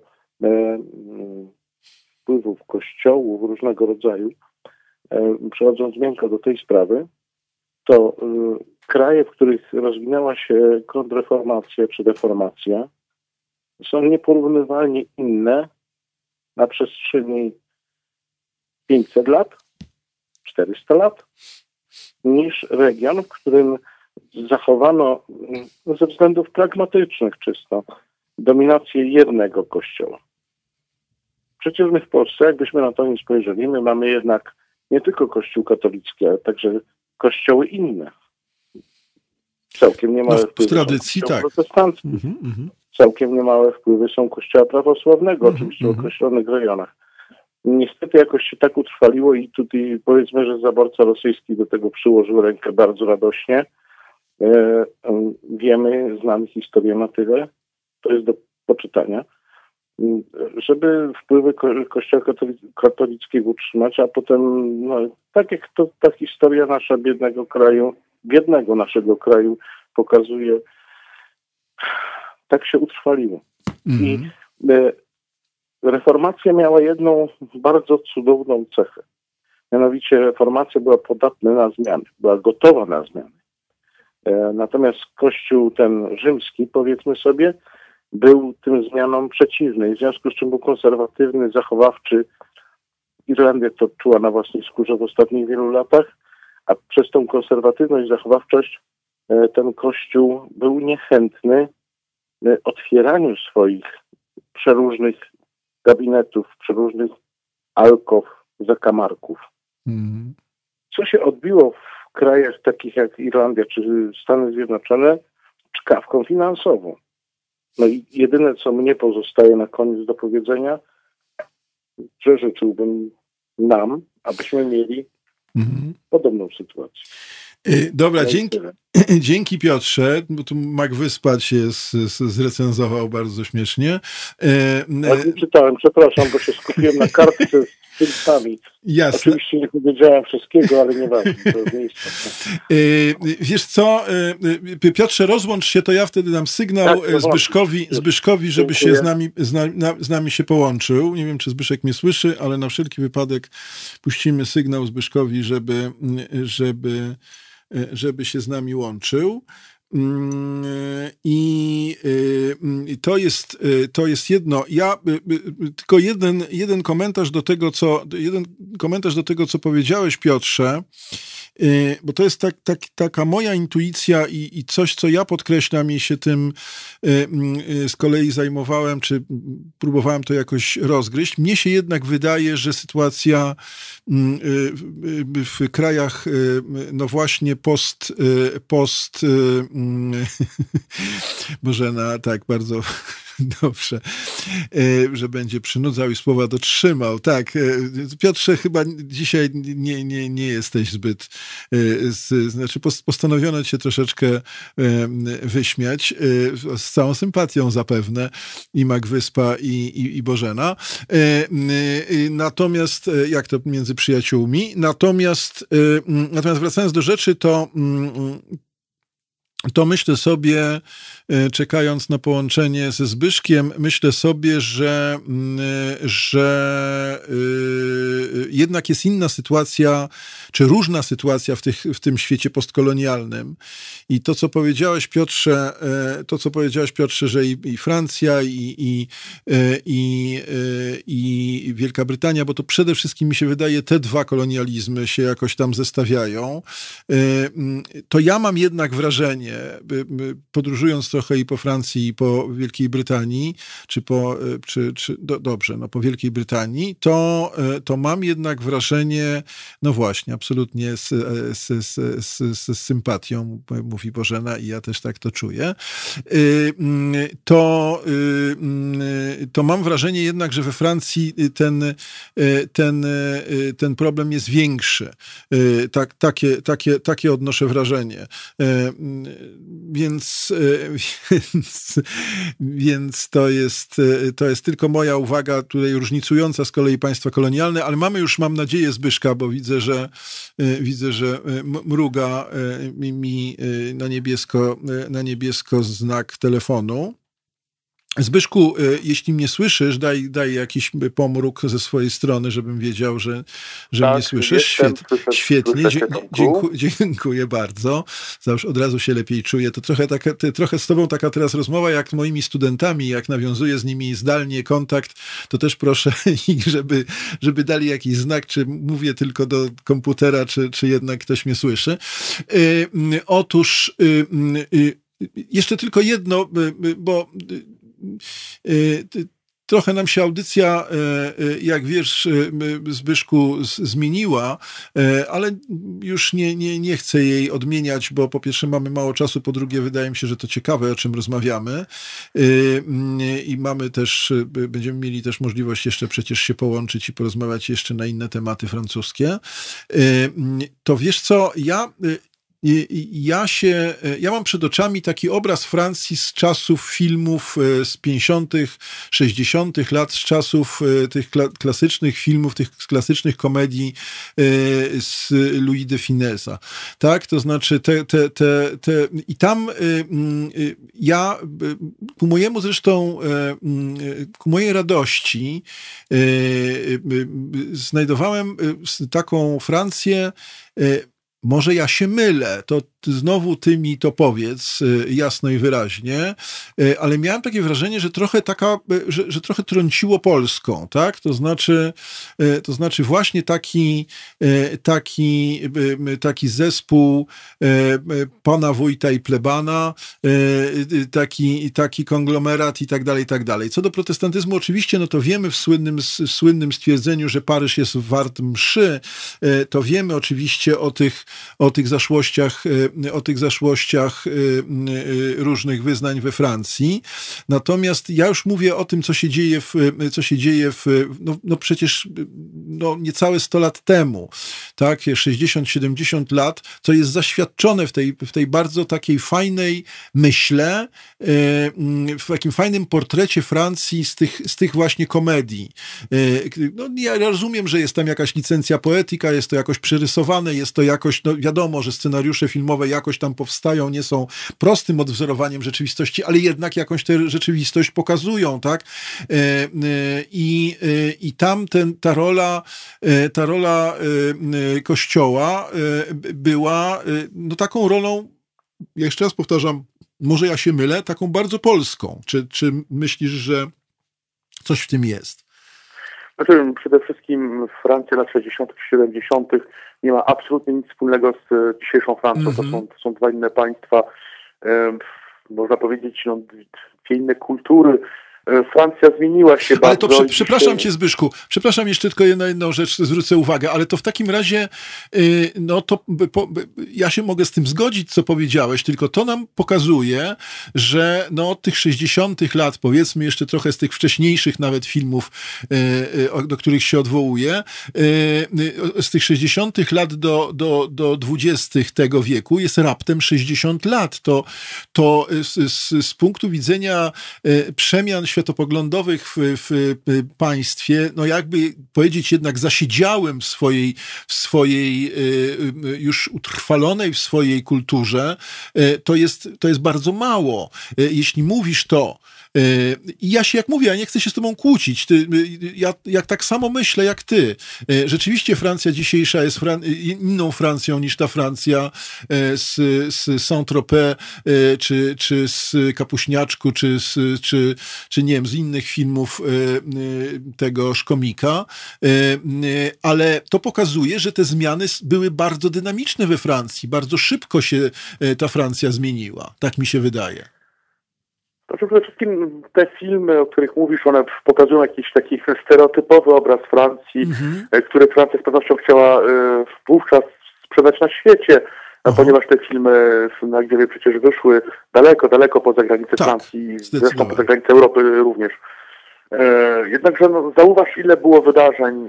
wpływów kościołów różnego rodzaju, przechodząc miękko do tej sprawy, to kraje, w których rozwinęła się kontrreformacja czy deformacja, są nieporównywalnie inne na przestrzeni pięćset lat, czterysta lat, niż region, w którym zachowano ze względów pragmatycznych czysto dominację jednego kościoła. Przecież my w Polsce, jakbyśmy na to nie spojrzeli, my mamy jednak nie tylko Kościół katolicki, ale także kościoły inne. Całkiem niemałe no, wpływy w tradycji są tak. protestanckie. Mm-hmm. Całkiem niemałe wpływy są Kościoła prawosławnego, mm-hmm. oczywiście w określonych rejonach. Niestety jakoś się tak utrwaliło i tutaj powiedzmy, że zaborca rosyjski do tego przyłożył rękę bardzo radośnie. E, wiemy, znamy historię na tyle, to jest do poczytania, żeby wpływy ko- Kościoła katolic- katolickiego utrzymać, a potem, no, tak jak to ta historia nasza biednego kraju, biednego naszego kraju pokazuje, tak się utrwaliło. Mm-hmm. I e, reformacja miała jedną bardzo cudowną cechę. Mianowicie reformacja była podatna na zmiany, była gotowa na zmiany. E, natomiast Kościół ten rzymski, powiedzmy sobie, był tym zmianom przeciwny, w związku z czym był konserwatywny, zachowawczy. Irlandia to czuła na własnej skórze w ostatnich wielu latach, a przez tą konserwatywność, zachowawczość ten Kościół był niechętny otwieraniu swoich przeróżnych gabinetów, przeróżnych alkow, zakamarków. Mm. Co się odbiło w krajach takich jak Irlandia czy Stany Zjednoczone czkawką finansową. No i jedyne, co mnie pozostaje na koniec do powiedzenia, że życzyłbym nam, abyśmy mieli mm. podobną sytuację. Dobra, dzięki, dzięki Piotrze, bo tu Mac Wyspać jest, zrecenzował bardzo śmiesznie. Ja nie czytałem, przepraszam, bo się skupiłem na kartce z filmami. Jasne. Oczywiście nie powiedziałem wszystkiego, ale nieważne, to jest nieistotne. Wiesz co, Piotrze, rozłącz się, to ja wtedy dam sygnał tak, Zbyszkowi, Zbyszkowi, żeby Dziękuję. się z nami, z, na, z nami się połączył. Nie wiem, czy Zbyszek mnie słyszy, ale na wszelki wypadek puścimy sygnał Zbyszkowi, żeby, żeby żeby się z nami łączył. I, i to jest, to jest jedno. Ja tylko jeden, jeden komentarz do tego, co jeden komentarz do tego, co powiedziałeś, Piotrze, bo to jest tak, tak, taka moja intuicja i, i coś, co ja podkreślam i się tym z kolei zajmowałem, czy próbowałem to jakoś rozgryźć. Mnie się jednak wydaje, że sytuacja w krajach, no właśnie post, post Bożena, tak, bardzo dobrze, że będzie przynudzał i słowa dotrzymał. Tak, Piotrze, chyba dzisiaj nie, nie, nie jesteś zbyt, z, znaczy postanowiono cię troszeczkę wyśmiać, z całą sympatią zapewne, i Mac Wyspa, i, i, i Bożena. Natomiast, jak to między przyjaciółmi, natomiast, natomiast wracając do rzeczy, to to myślę sobie, czekając na połączenie ze Zbyszkiem, myślę sobie, że, że jednak jest inna sytuacja, czy różna sytuacja w, tych, w tym świecie postkolonialnym. I to, co powiedziałeś, Piotrze, to, co powiedziałeś, Piotrze, że i, i Francja, i, i, i, i Wielka Brytania, bo to przede wszystkim mi się wydaje, te dwa kolonializmy się jakoś tam zestawiają, to ja mam jednak wrażenie, podróżując trochę i po Francji, i po Wielkiej Brytanii, czy po, czy, czy, do, dobrze, no po Wielkiej Brytanii, to, to mam jednak wrażenie, no właśnie, absolutnie z, z, z, z, z sympatią, mówi Bożena, i ja też tak to czuję, to, to mam wrażenie jednak, że we Francji ten, ten, ten problem jest większy. Tak, takie, takie, takie odnoszę wrażenie. Więc, więc, więc to jest, to jest tylko moja uwaga tutaj różnicująca z kolei państwa kolonialne, ale mamy już, mam nadzieję, Zbyszka, bo widzę, że widzę, że mruga mi, mi na niebiesko, na niebiesko znak telefonu. Zbyszku, jeśli mnie słyszysz, daj, daj jakiś pomruk ze swojej strony, żebym wiedział, że, że tak, mnie słyszysz. Świet, słyszę, świetnie, słyszę dziękuję, dziękuję bardzo. Zawsze od razu się lepiej czuję. To trochę, taka, trochę z tobą taka teraz rozmowa jak moimi studentami, jak nawiązuję z nimi zdalnie kontakt, to też proszę ich, żeby, żeby dali jakiś znak, czy mówię tylko do komputera, czy, czy jednak ktoś mnie słyszy. Yy, otóż yy, yy, jeszcze tylko jedno, yy, bo trochę nam się audycja, jak wiesz, Zbyszku, zmieniła, ale już nie, nie, nie chcę jej odmieniać, bo po pierwsze mamy mało czasu, po drugie wydaje mi się, że to ciekawe, o czym rozmawiamy, i mamy też, będziemy mieli też możliwość jeszcze przecież się połączyć i porozmawiać jeszcze na inne tematy francuskie. To wiesz co, ja Ja się, ja mam przed oczami taki obraz Francji z czasów filmów z pięćdziesiątych, sześćdziesiątych lat, z czasów tych klasycznych filmów, tych klasycznych komedii z Louis de Funesa. Tak? To znaczy te, te, te, te i tam ja ku mojemu zresztą, ku mojej radości znajdowałem taką Francję może ja się mylę, to ty, znowu ty mi to powiedz jasno i wyraźnie, ale miałem takie wrażenie, że trochę taka, że, że trochę trąciło Polską, tak? To znaczy, to znaczy właśnie taki, taki, taki zespół pana wójta i plebana, taki, taki konglomerat i tak dalej, i tak dalej. Co do protestantyzmu, oczywiście, no to wiemy w słynnym, w słynnym stwierdzeniu, że Paryż jest wart mszy, to wiemy oczywiście o tych, o tych zaszłościach, o tych zaszłościach różnych wyznań we Francji. Natomiast ja już mówię o tym, co się dzieje w, co się dzieje w, no, no przecież no, niecałe sto lat temu, tak, sześćdziesiąt siedemdziesiąt lat, co jest zaświadczone w tej, w tej bardzo takiej fajnej myśle, w takim fajnym portrecie Francji z tych, z tych właśnie komedii. No, ja rozumiem, że jest tam jakaś licencja poetyka, jest to jakoś przerysowane, jest to jakoś, no wiadomo, że scenariusze filmowe jakoś tam powstają, nie są prostym odwzorowaniem rzeczywistości, ale jednak jakąś tę rzeczywistość pokazują, tak? I, i tam ten, ta rola, ta rola Kościoła była no taką rolą, jeszcze raz powtarzam, może ja się mylę, taką bardzo polską. Czy, czy myślisz, że coś w tym jest? Znaczy, przede wszystkim Francja lat sześćdziesiątych, siedemdziesiątych nie ma absolutnie nic wspólnego z dzisiejszą Francją. Mm-hmm. To, są, to są dwa inne państwa, e, można powiedzieć, no, dwie inne kultury. Francja zmieniła się ale bardzo. Ale to prze, przepraszam cię, Zbyszku, przepraszam jeszcze tylko na jedną rzecz zwrócę uwagę, ale to w takim razie yy, no to po, ja się mogę z tym zgodzić, co powiedziałeś, tylko to nam pokazuje, że no od tych sześćdziesiątych lat, powiedzmy jeszcze trochę z tych wcześniejszych nawet filmów, yy, do których się odwołuję, yy, z tych sześćdziesiątych lat do, do, do dwudziestych tego wieku jest raptem sześćdziesiąt lat. To, to z, z, z punktu widzenia yy, przemian światopoglądowych w, w państwie, no jakby powiedzieć jednak zasiedziałym w swojej, w swojej już utrwalonej w swojej kulturze, to jest, to jest bardzo mało. Jeśli mówisz to, i ja się, jak mówię, ja nie chcę się z tobą kłócić. Ty, ja, jak tak samo myślę, jak ty. Rzeczywiście Francja dzisiejsza jest Fran- inną Francją niż ta Francja z, z Saint-Tropez, czy, czy z Kapuśniaczku, czy, z, czy, czy nie wiem, z innych filmów tego Szkomika. Ale to pokazuje, że te zmiany były bardzo dynamiczne we Francji. Bardzo szybko się ta Francja zmieniła. Tak mi się wydaje. Znaczy przede wszystkim te filmy, o których mówisz, one pokazują jakiś taki stereotypowy obraz Francji, mm-hmm. który Francja z pewnością chciała wówczas sprzedać na świecie, uh-huh. ponieważ te filmy na gdzie przecież wyszły daleko, daleko poza granice tak, Francji, zresztą poza granice Europy również. Jednakże no, zauważ, ile było wydarzeń.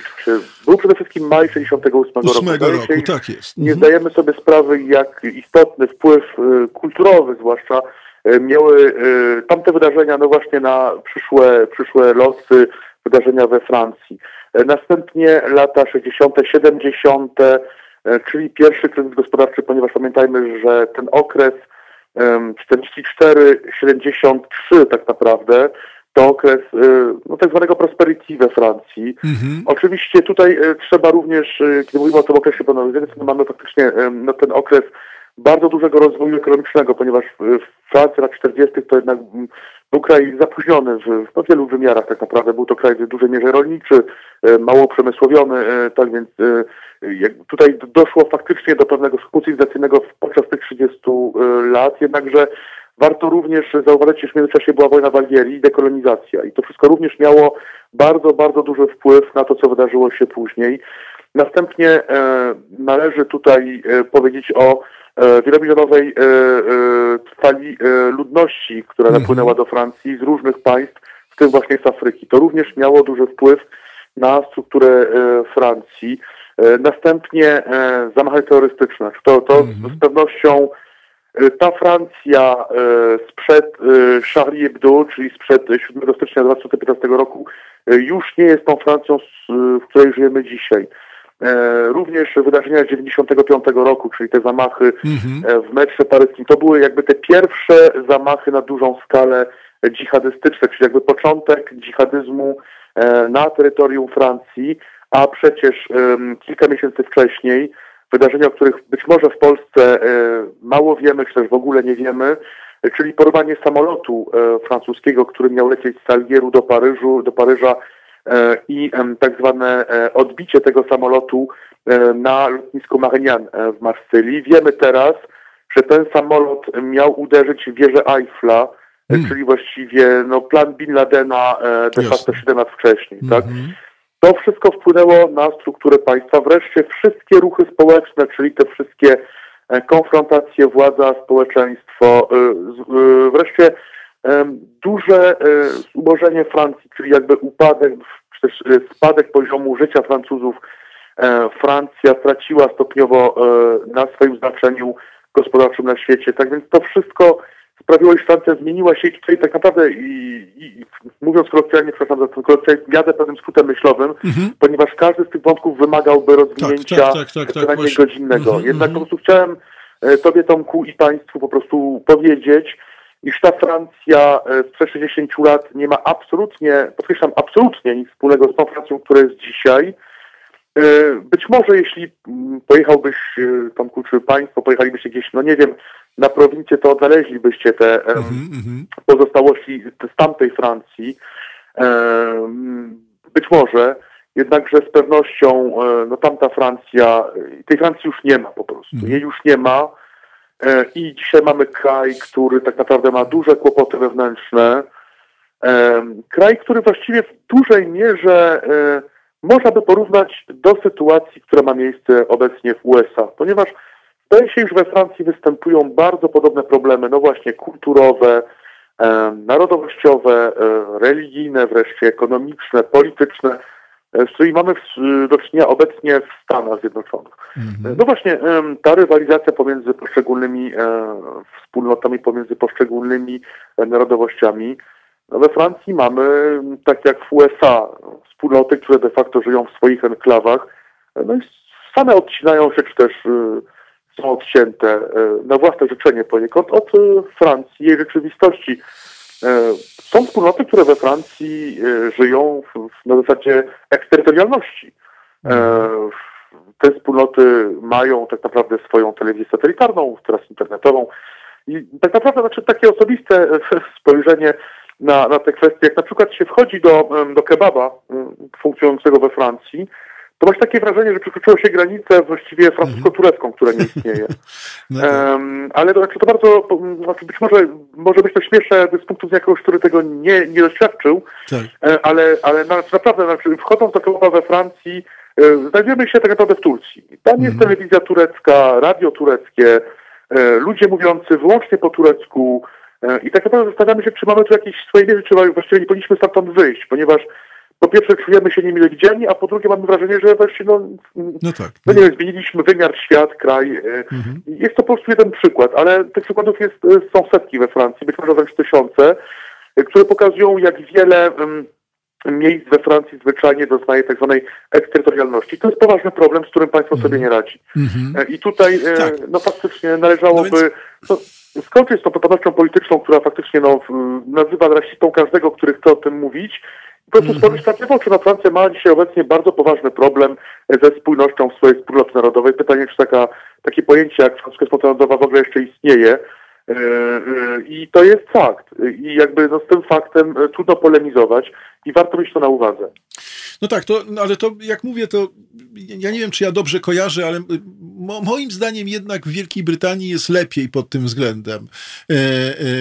Był przede wszystkim maj sześćdziesiątego ósmego roku. roku tak jest. Nie mm-hmm. zdajemy sobie sprawy, jak istotny wpływ kulturowy zwłaszcza miały tamte wydarzenia, no właśnie na przyszłe, przyszłe losy wydarzenia we Francji. Następnie lata sześćdziesiąte, siedemdziesiąte, czyli pierwszy kryzys gospodarczy, ponieważ pamiętajmy, że ten okres czterdzieści cztery siedemdziesiąt trzy tak naprawdę to okres no, tak zwanego prosperity we Francji. Mm-hmm. Oczywiście tutaj trzeba również, kiedy mówimy o tym okresie pełnoletnim, to mamy faktycznie no, ten okres bardzo dużego rozwoju ekonomicznego, ponieważ Francja lat czterdziestych to jednak był kraj zapóźniony w, w wielu wymiarach tak naprawdę. Był to kraj w dużej mierze rolniczy, mało przemysłowiony, tak więc tutaj doszło faktycznie do pewnego skoku cywilizacyjnego podczas tych trzydziestu lat, jednakże warto również zauważyć, że w międzyczasie była wojna w Algierii i dekolonizacja i to wszystko również miało bardzo, bardzo duży wpływ na to, co wydarzyło się później. Następnie e, należy tutaj e, powiedzieć o e, wielomilionowej e, e, fali e, ludności, która mhm. napłynęła do Francji z różnych państw, w tym właśnie z Afryki. To również miało duży wpływ na strukturę e, Francji. E, następnie e, zamachy terrorystyczne. To, to mhm. z pewnością e, ta Francja e, sprzed e, Charlie Hebdo, czyli sprzed siódmego stycznia dwa tysiące piętnastego roku, e, już nie jest tą Francją, z, w której żyjemy dzisiaj. E, również wydarzenia z dziewięćdziesiątego piątego roku, czyli te zamachy mm-hmm. w metrze paryskim, to były jakby te pierwsze zamachy na dużą skalę dżihadystyczne, czyli jakby początek dżihadyzmu e, na terytorium Francji, a przecież e, kilka miesięcy wcześniej wydarzenia, o których być może w Polsce mało wiemy, czy też w ogóle nie wiemy, czyli porwanie samolotu francuskiego, który miał lecieć z Algieru do Paryżu, do Paryża i tak zwane odbicie tego samolotu na lotnisku Marignan w Marsylii. Wiemy teraz, że ten samolot miał uderzyć w wieżę Eiffla, hmm. czyli właściwie no, plan Bin Ladena de facto siedem lat wcześniej. Hmm. Tak? To wszystko wpłynęło na strukturę państwa. Wreszcie wszystkie ruchy społeczne, czyli te wszystkie konfrontacje władza, społeczeństwo, wreszcie duże zubożenie Francji, czyli jakby upadek, czy też spadek poziomu życia Francuzów. Francja traciła stopniowo na swoim znaczeniu gospodarczym na świecie. Tak więc to wszystko sprawiło, iż Francja zmieniła się i tutaj tak naprawdę, i, i, mówiąc kolokwialnie, przepraszam za ten kolokwializm, jadę pewnym skrótem myślowym, mm-hmm. ponieważ każdy z tych wątków wymagałby rozwinięcia tak, tak, tak, tak, tak, godzinnego. Mm-hmm, Jednak mm-hmm. po prostu chciałem Tobie, Tomku, i Państwu po prostu powiedzieć, iż ta Francja sprzed sześćdziesięciu lat nie ma absolutnie, podkreślam, absolutnie nic wspólnego z tą Francją, która jest dzisiaj. Być może jeśli pojechałbyś, Tomku, czy Państwo pojechalibyście gdzieś, no nie wiem, na prowincję, to odnaleźlibyście te mm-hmm. pozostałości z tamtej Francji. Być może, jednakże z pewnością no tamta Francja, tej Francji już nie ma po prostu. Mm-hmm. Jej już nie ma i dzisiaj mamy kraj, który tak naprawdę ma duże kłopoty wewnętrzne. Kraj, który właściwie w dużej mierze można by porównać do sytuacji, która ma miejsce obecnie w U S A, ponieważ zdaje się, że we Francji występują bardzo podobne problemy, no właśnie kulturowe, e, narodowościowe, e, religijne, wreszcie ekonomiczne, polityczne, e, z którymi mamy w, do czynienia obecnie w Stanach Zjednoczonych. Mm-hmm. No właśnie, e, ta rywalizacja pomiędzy poszczególnymi e, wspólnotami, pomiędzy poszczególnymi e, narodowościami. No we Francji mamy, tak jak w U S A, wspólnoty, które de facto żyją w swoich enklawach, no i same odcinają się, czy też y, są odcięte y, na własne życzenie poniekąd od y, Francji, jej rzeczywistości. Y, są wspólnoty, które we Francji y, żyją w, w, na zasadzie eksterytorialności. Y, te wspólnoty mają tak naprawdę swoją telewizję satelitarną, teraz internetową i tak naprawdę znaczy takie osobiste spojrzenie na, na te kwestie, jak na przykład się wchodzi do, do kebaba funkcjonującego we Francji, to masz takie wrażenie, że przekroczyło się granicę właściwie francusko-turecką, która nie istnieje. No tak. um, ale to, znaczy to bardzo, znaczy być może może być to śmieszne z punktu widzenia kogoś, który tego nie, nie doświadczył, tak. ale, ale na, naprawdę znaczy, wchodząc do kebaba we Francji, znajdujemy się tak naprawdę w Turcji. Tam mhm. jest telewizja turecka, radio tureckie, ludzie mówiący wyłącznie po turecku, i tak naprawdę zastanawiamy się, czy mamy tu jakieś swoje wieże, czy właściwie nie powinniśmy stamtąd wyjść, ponieważ po pierwsze czujemy się niemile widziani, a po drugie mamy wrażenie, że właściwie no, no, tak, no nie wiem, zmieniliśmy wymiar, świat, kraj. Mhm. Jest to po prostu jeden przykład, ale tych przykładów jest, są setki we Francji, być może wręcz tysiące, które pokazują, jak wiele um, miejsc we Francji zwyczajnie doznaje tak zwanej eksterytorialności. To jest poważny problem, z którym państwo mhm. sobie nie radzi. Mhm. I tutaj tak. no faktycznie należałoby... No więc... no, skończyć z tą pewnością polityczną, która faktycznie no, nazywa rasistą każdego, który chce o tym mówić. Po prostu mm-hmm. spojrzeć prawdzie w oczy. No, Francja ma dzisiaj obecnie bardzo poważny problem ze spójnością w swojej wspólnoty narodowej. Pytanie, czy taka, takie pojęcie jak francuska wspólnota narodowa w ogóle jeszcze istnieje. I to jest fakt. I jakby no, z tym faktem trudno polemizować i warto mieć to na uwadze. No tak, to, no ale to jak mówię, to ja nie wiem, czy ja dobrze kojarzę, ale mo, moim zdaniem jednak w Wielkiej Brytanii jest lepiej pod tym względem. E, e,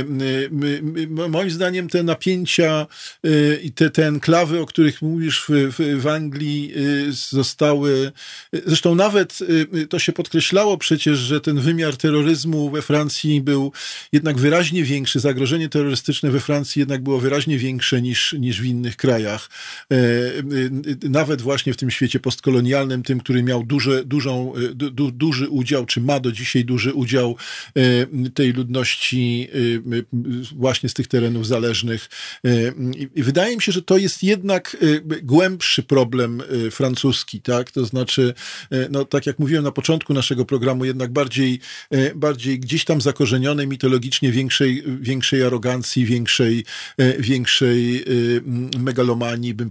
e, moim zdaniem te napięcia i e, te, te enklawy, o których mówisz w, w, w Anglii e, zostały, zresztą nawet e, to się podkreślało przecież, że ten wymiar terroryzmu we Francji był jednak wyraźnie większy, zagrożenie terrorystyczne we Francji jednak było wyraźnie większe niż, niż w innych krajach. E, nawet właśnie w tym świecie postkolonialnym, tym, który miał duży, dużą, du, duży udział, czy ma do dzisiaj duży udział tej ludności właśnie z tych terenów zależnych. I wydaje mi się, że to jest jednak głębszy problem francuski, tak? To znaczy, no tak jak mówiłem na początku naszego programu, jednak bardziej, bardziej gdzieś tam zakorzenione mitologicznie większej, większej arogancji, większej, większej megalomanii, bym powiedział, choć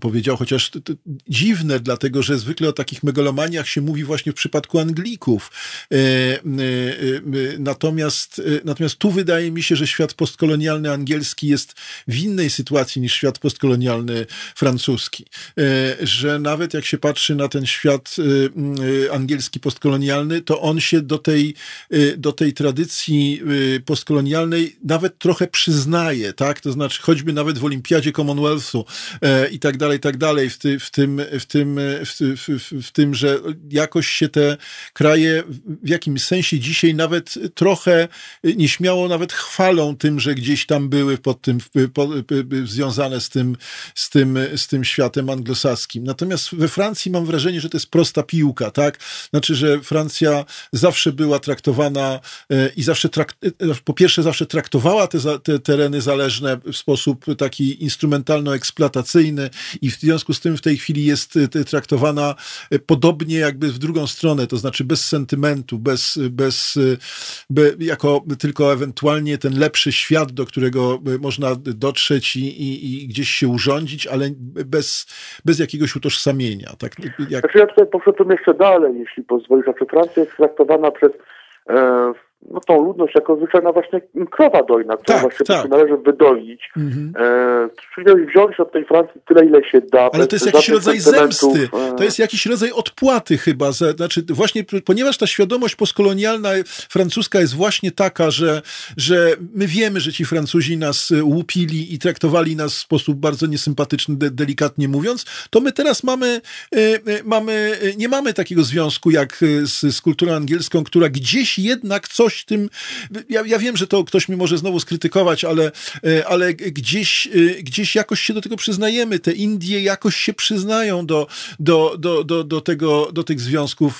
chociaż to, to dziwne, dlatego że zwykle o takich megalomaniach się mówi właśnie w przypadku Anglików. E, e, e, natomiast, e, natomiast tu wydaje mi się, że świat postkolonialny angielski jest w innej sytuacji niż świat postkolonialny francuski. E, że nawet jak się patrzy na ten świat e, angielski postkolonialny, to on się do tej, e, do tej tradycji e, postkolonialnej nawet trochę przyznaje, tak? To znaczy choćby nawet w Olimpiadzie Commonwealthu e, i tak dalej, i tak dalej, w, ty, w, tym, w, tym, w, w, w, w tym, że jakoś się te kraje w jakimś sensie dzisiaj nawet trochę nieśmiało nawet chwalą tym, że gdzieś tam były pod tym, po, związane z tym, z tym, z tym światem anglosaskim. Natomiast we Francji mam wrażenie, że to jest prosta piłka, tak? Znaczy, że Francja zawsze była traktowana e, i zawsze trakt, po pierwsze zawsze traktowała te, te tereny zależne w sposób taki instrumentalno-eksploatacyjny i w związku z tym w tej chwili jest traktowana podobnie jakby w drugą stronę, to znaczy bez sentymentu, bez, bez, be, jako tylko ewentualnie ten lepszy świat, do którego można dotrzeć i, i, i gdzieś się urządzić, ale bez, bez jakiegoś utożsamienia. Tak, jak... Znaczy ja tutaj poszedłem jeszcze dalej, jeśli pozwolisz. Znaczy Francja jest traktowana przez e, no, tą ludność jako zwyczajna właśnie krowa dojna, którą tak, właśnie tak. należy wydoić. Mhm. E, czyli wziąć od tej Francji tyle, ile się da. Ale to jest jakiś rodzaj zemsty, to jest jakiś rodzaj odpłaty chyba. Znaczy właśnie, ponieważ ta świadomość postkolonialna francuska jest właśnie taka, że, że my wiemy, że ci Francuzi nas łupili i traktowali nas w sposób bardzo niesympatyczny, de, delikatnie mówiąc, to my teraz mamy, mamy nie mamy takiego związku jak z, z kulturą angielską, która gdzieś jednak coś tym, ja, ja wiem, że to ktoś mi może znowu skrytykować, ale, ale gdzieś, gdzieś jakoś się do tego przyznajemy. Te Indie jakoś się przyznają do, do, do, do, do, tego, do tych związków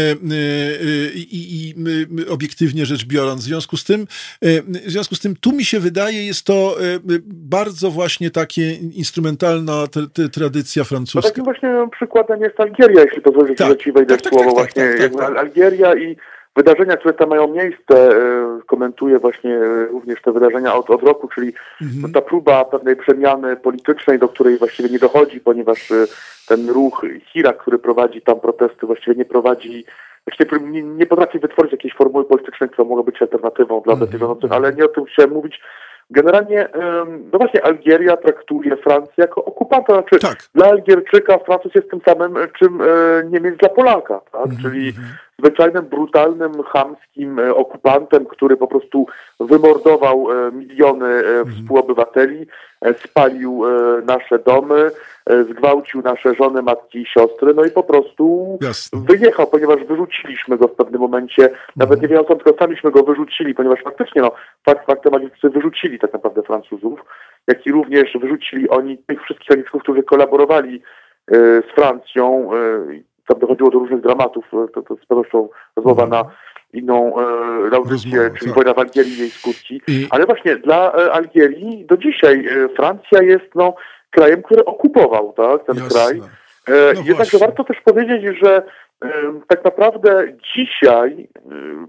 i, i, i obiektywnie rzecz biorąc. W związku z tym, w związku z tym tu mi się wydaje, jest to bardzo właśnie takie instrumentalna t, t, tradycja francuska. No takim właśnie przykładem jest Algieria, jeśli pozwolisz, tak, że ci wejdę tak, w tak, słowo. tak, właśnie tak, tak, tak, tak. Algieria i wydarzenia, które tam mają miejsce, komentuje właśnie również te wydarzenia od, od roku, czyli mhm. ta próba pewnej przemiany politycznej, do której właściwie nie dochodzi, ponieważ ten ruch Hirak, który prowadzi tam protesty, właściwie nie prowadzi, właściwie nie, nie potrafi wytworzyć jakiejś formuły politycznej, która mogła być alternatywą dla obecnych rządzących, ale nie o tym chciałem mówić. Generalnie, no właśnie Algieria traktuje Francję jako okupanta, znaczy tak. Dla Algierczyka Francuz jest tym samym, czym Niemiec dla Polaka, tak? Mm-hmm. Czyli zwyczajnym, brutalnym, chamskim okupantem, który po prostu wymordował miliony mm-hmm. współobywateli, spalił nasze domy, zgwałcił nasze żony, matki i siostry, no i po prostu Jasne. wyjechał, ponieważ wyrzuciliśmy go w pewnym momencie, mm-hmm. nawet nie wiedząc, tylko samiśmy go wyrzucili, ponieważ faktycznie, no, fakt faktem Anglicy wyrzucili tak naprawdę Francuzów, jak i również wyrzucili oni tych wszystkich Anglików, którzy kolaborowali y, z Francją, y, tam dochodziło do różnych dramatów, to, to z pewnością rozmowa na inną e, audycję, czyli tak. Wojna w Algierii i jej skutki. I... Ale właśnie dla e, Algierii do dzisiaj e, Francja jest no, krajem, który okupował tak, ten Jasne. kraj. E, no jednakże warto też powiedzieć, że e, tak naprawdę dzisiaj e,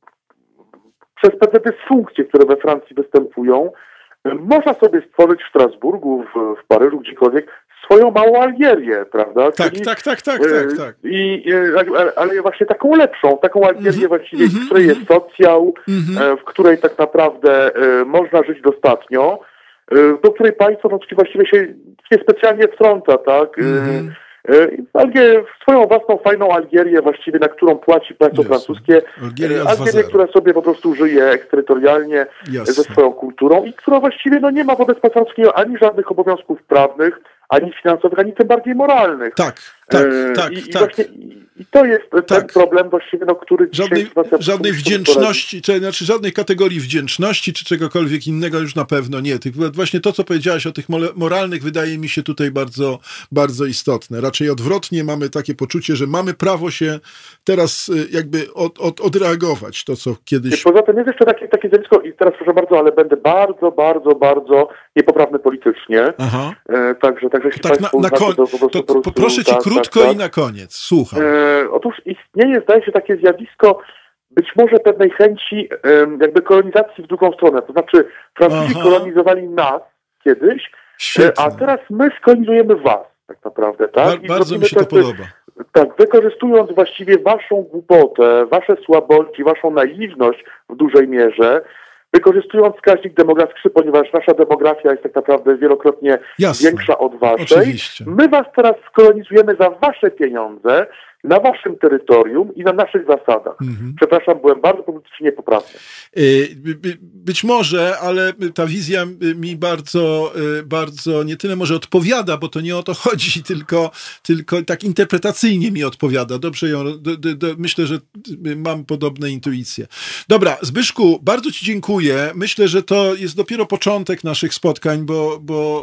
przez pewne dysfunkcje, które we Francji występują, e, można sobie stworzyć w Strasburgu, w, w Paryżu, gdziekolwiek, swoją małą Algierię, prawda? Tak, Czyli, tak, tak, tak, tak, tak. I, ale, ale właśnie taką lepszą, taką Algierię mm-hmm, właściwie, mm-hmm, w której jest socjal, mm-hmm. w której tak naprawdę e, można żyć dostatnio, e, do której państwo no, właściwie się niespecjalnie wtrąca, tak? Mm-hmm. E, Algier, swoją własną fajną Algierię właściwie, na którą płaci państwo Jasne. francuskie. Algieria, Algieria która sobie po prostu żyje eksterytorialnie Jasne. ze swoją kulturą i która właściwie no, nie ma wobec państwa francuskiego ani żadnych obowiązków prawnych, ani finansowych, ani tym bardziej moralnych. Tak, tak, e, tak. I, tak. I, właśnie, i, I to jest tak. ten problem właściwie, no, który żadnej, żadnej wdzięczności, czy, znaczy żadnej kategorii wdzięczności, czy czegokolwiek innego już na pewno nie. Tych, właśnie to, co powiedziałaś o tych moralnych, wydaje mi się tutaj bardzo, bardzo istotne. Raczej odwrotnie mamy takie poczucie, że mamy prawo się teraz jakby od, od, odreagować to, co kiedyś... Poza tym jest jeszcze takie, takie zjawisko, i teraz proszę bardzo, ale będę bardzo, bardzo, bardzo niepoprawny politycznie. Aha. E, także, także jeśli tak Państwo na, na kon... to, po prostu, to, to proszę Cię tak, krótko tak, tak. i na koniec. Słucham. E, otóż istnieje, zdaje się, takie zjawisko być może pewnej chęci e, jakby kolonizacji w drugą stronę. To znaczy Francuzi Aha. kolonizowali nas kiedyś, e, a teraz my skolonizujemy was. tak naprawdę, tak? Ba- bardzo mi się to podoba. Tak, wykorzystując właściwie waszą głupotę, wasze słabości, waszą naiwność w dużej mierze, wykorzystując wskaźnik demograficzny, ponieważ nasza demografia jest tak naprawdę wielokrotnie Jasne. większa od waszej. Oczywiście. My was teraz skolonizujemy za wasze pieniądze, na waszym terytorium i na naszych zasadach. Mhm. Przepraszam, byłem bardzo politycznie poprawny. By, by, być może, ale ta wizja mi bardzo, bardzo nie tyle może odpowiada, bo to nie o to chodzi, tylko, tylko tak interpretacyjnie mi odpowiada. Dobrze ją, do, do, do, myślę, że mam podobne intuicje. Dobra, Zbyszku, bardzo ci dziękuję. Myślę, że to jest dopiero początek naszych spotkań, bo, bo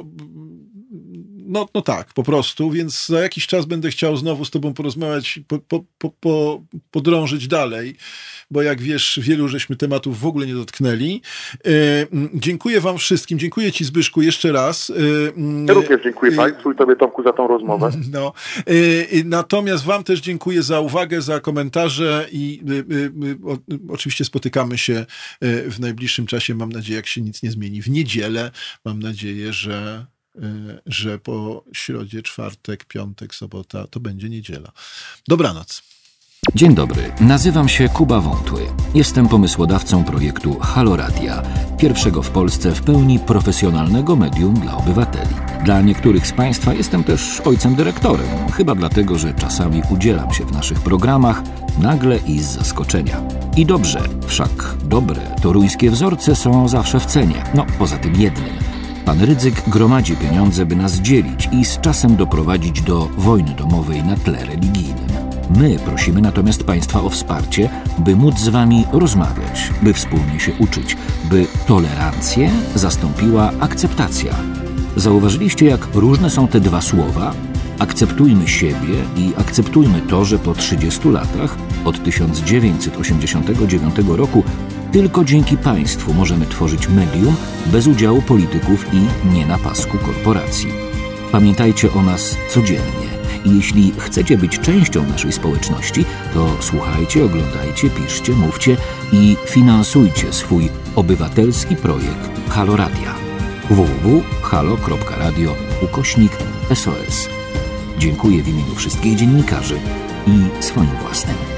No, no tak, po prostu, więc za jakiś czas będę chciał znowu z tobą porozmawiać, po, po, po, po, podrążyć dalej, bo jak wiesz, wielu żeśmy tematów w ogóle nie dotknęli. E, dziękuję wam wszystkim, dziękuję ci, Zbyszku, jeszcze raz. E, ja również dziękuję Państwu i tobie, Tomku, za tą rozmowę. No, e, natomiast wam też dziękuję za uwagę, za komentarze i e, e, o, oczywiście spotykamy się w najbliższym czasie, mam nadzieję, jak się nic nie zmieni, w niedzielę. Mam nadzieję, że że po środzie, czwartek, piątek, sobota to będzie niedziela. Dobranoc. Dzień dobry, nazywam się Kuba Wątły. Jestem pomysłodawcą projektu Halo Radia, pierwszego w Polsce w pełni profesjonalnego medium dla obywateli. Dla niektórych z Państwa jestem też ojcem dyrektorem, chyba dlatego, że czasami udzielam się w naszych programach nagle i z zaskoczenia. I dobrze, wszak dobre toruńskie wzorce są zawsze w cenie, no poza tym jednym. Pan Rydzyk gromadzi pieniądze, by nas dzielić i z czasem doprowadzić do wojny domowej na tle religijnym. My prosimy natomiast Państwa o wsparcie, by móc z Wami rozmawiać, by wspólnie się uczyć, by tolerancję zastąpiła akceptacja. Zauważyliście, jak różne są te dwa słowa? Akceptujmy siebie i akceptujmy to, że po trzydziestu latach, od tysiąc dziewięćset osiemdziesiątego dziewiątego roku, tylko dzięki państwu możemy tworzyć medium bez udziału polityków i nie na pasku korporacji. Pamiętajcie o nas codziennie i jeśli chcecie być częścią naszej społeczności, to słuchajcie, oglądajcie, piszcie, mówcie i finansujcie swój obywatelski projekt Halo Radia. w w w kropka halo kropka radio ukośnik S O S. Dziękuję w imieniu wszystkich dziennikarzy i swoim własnym.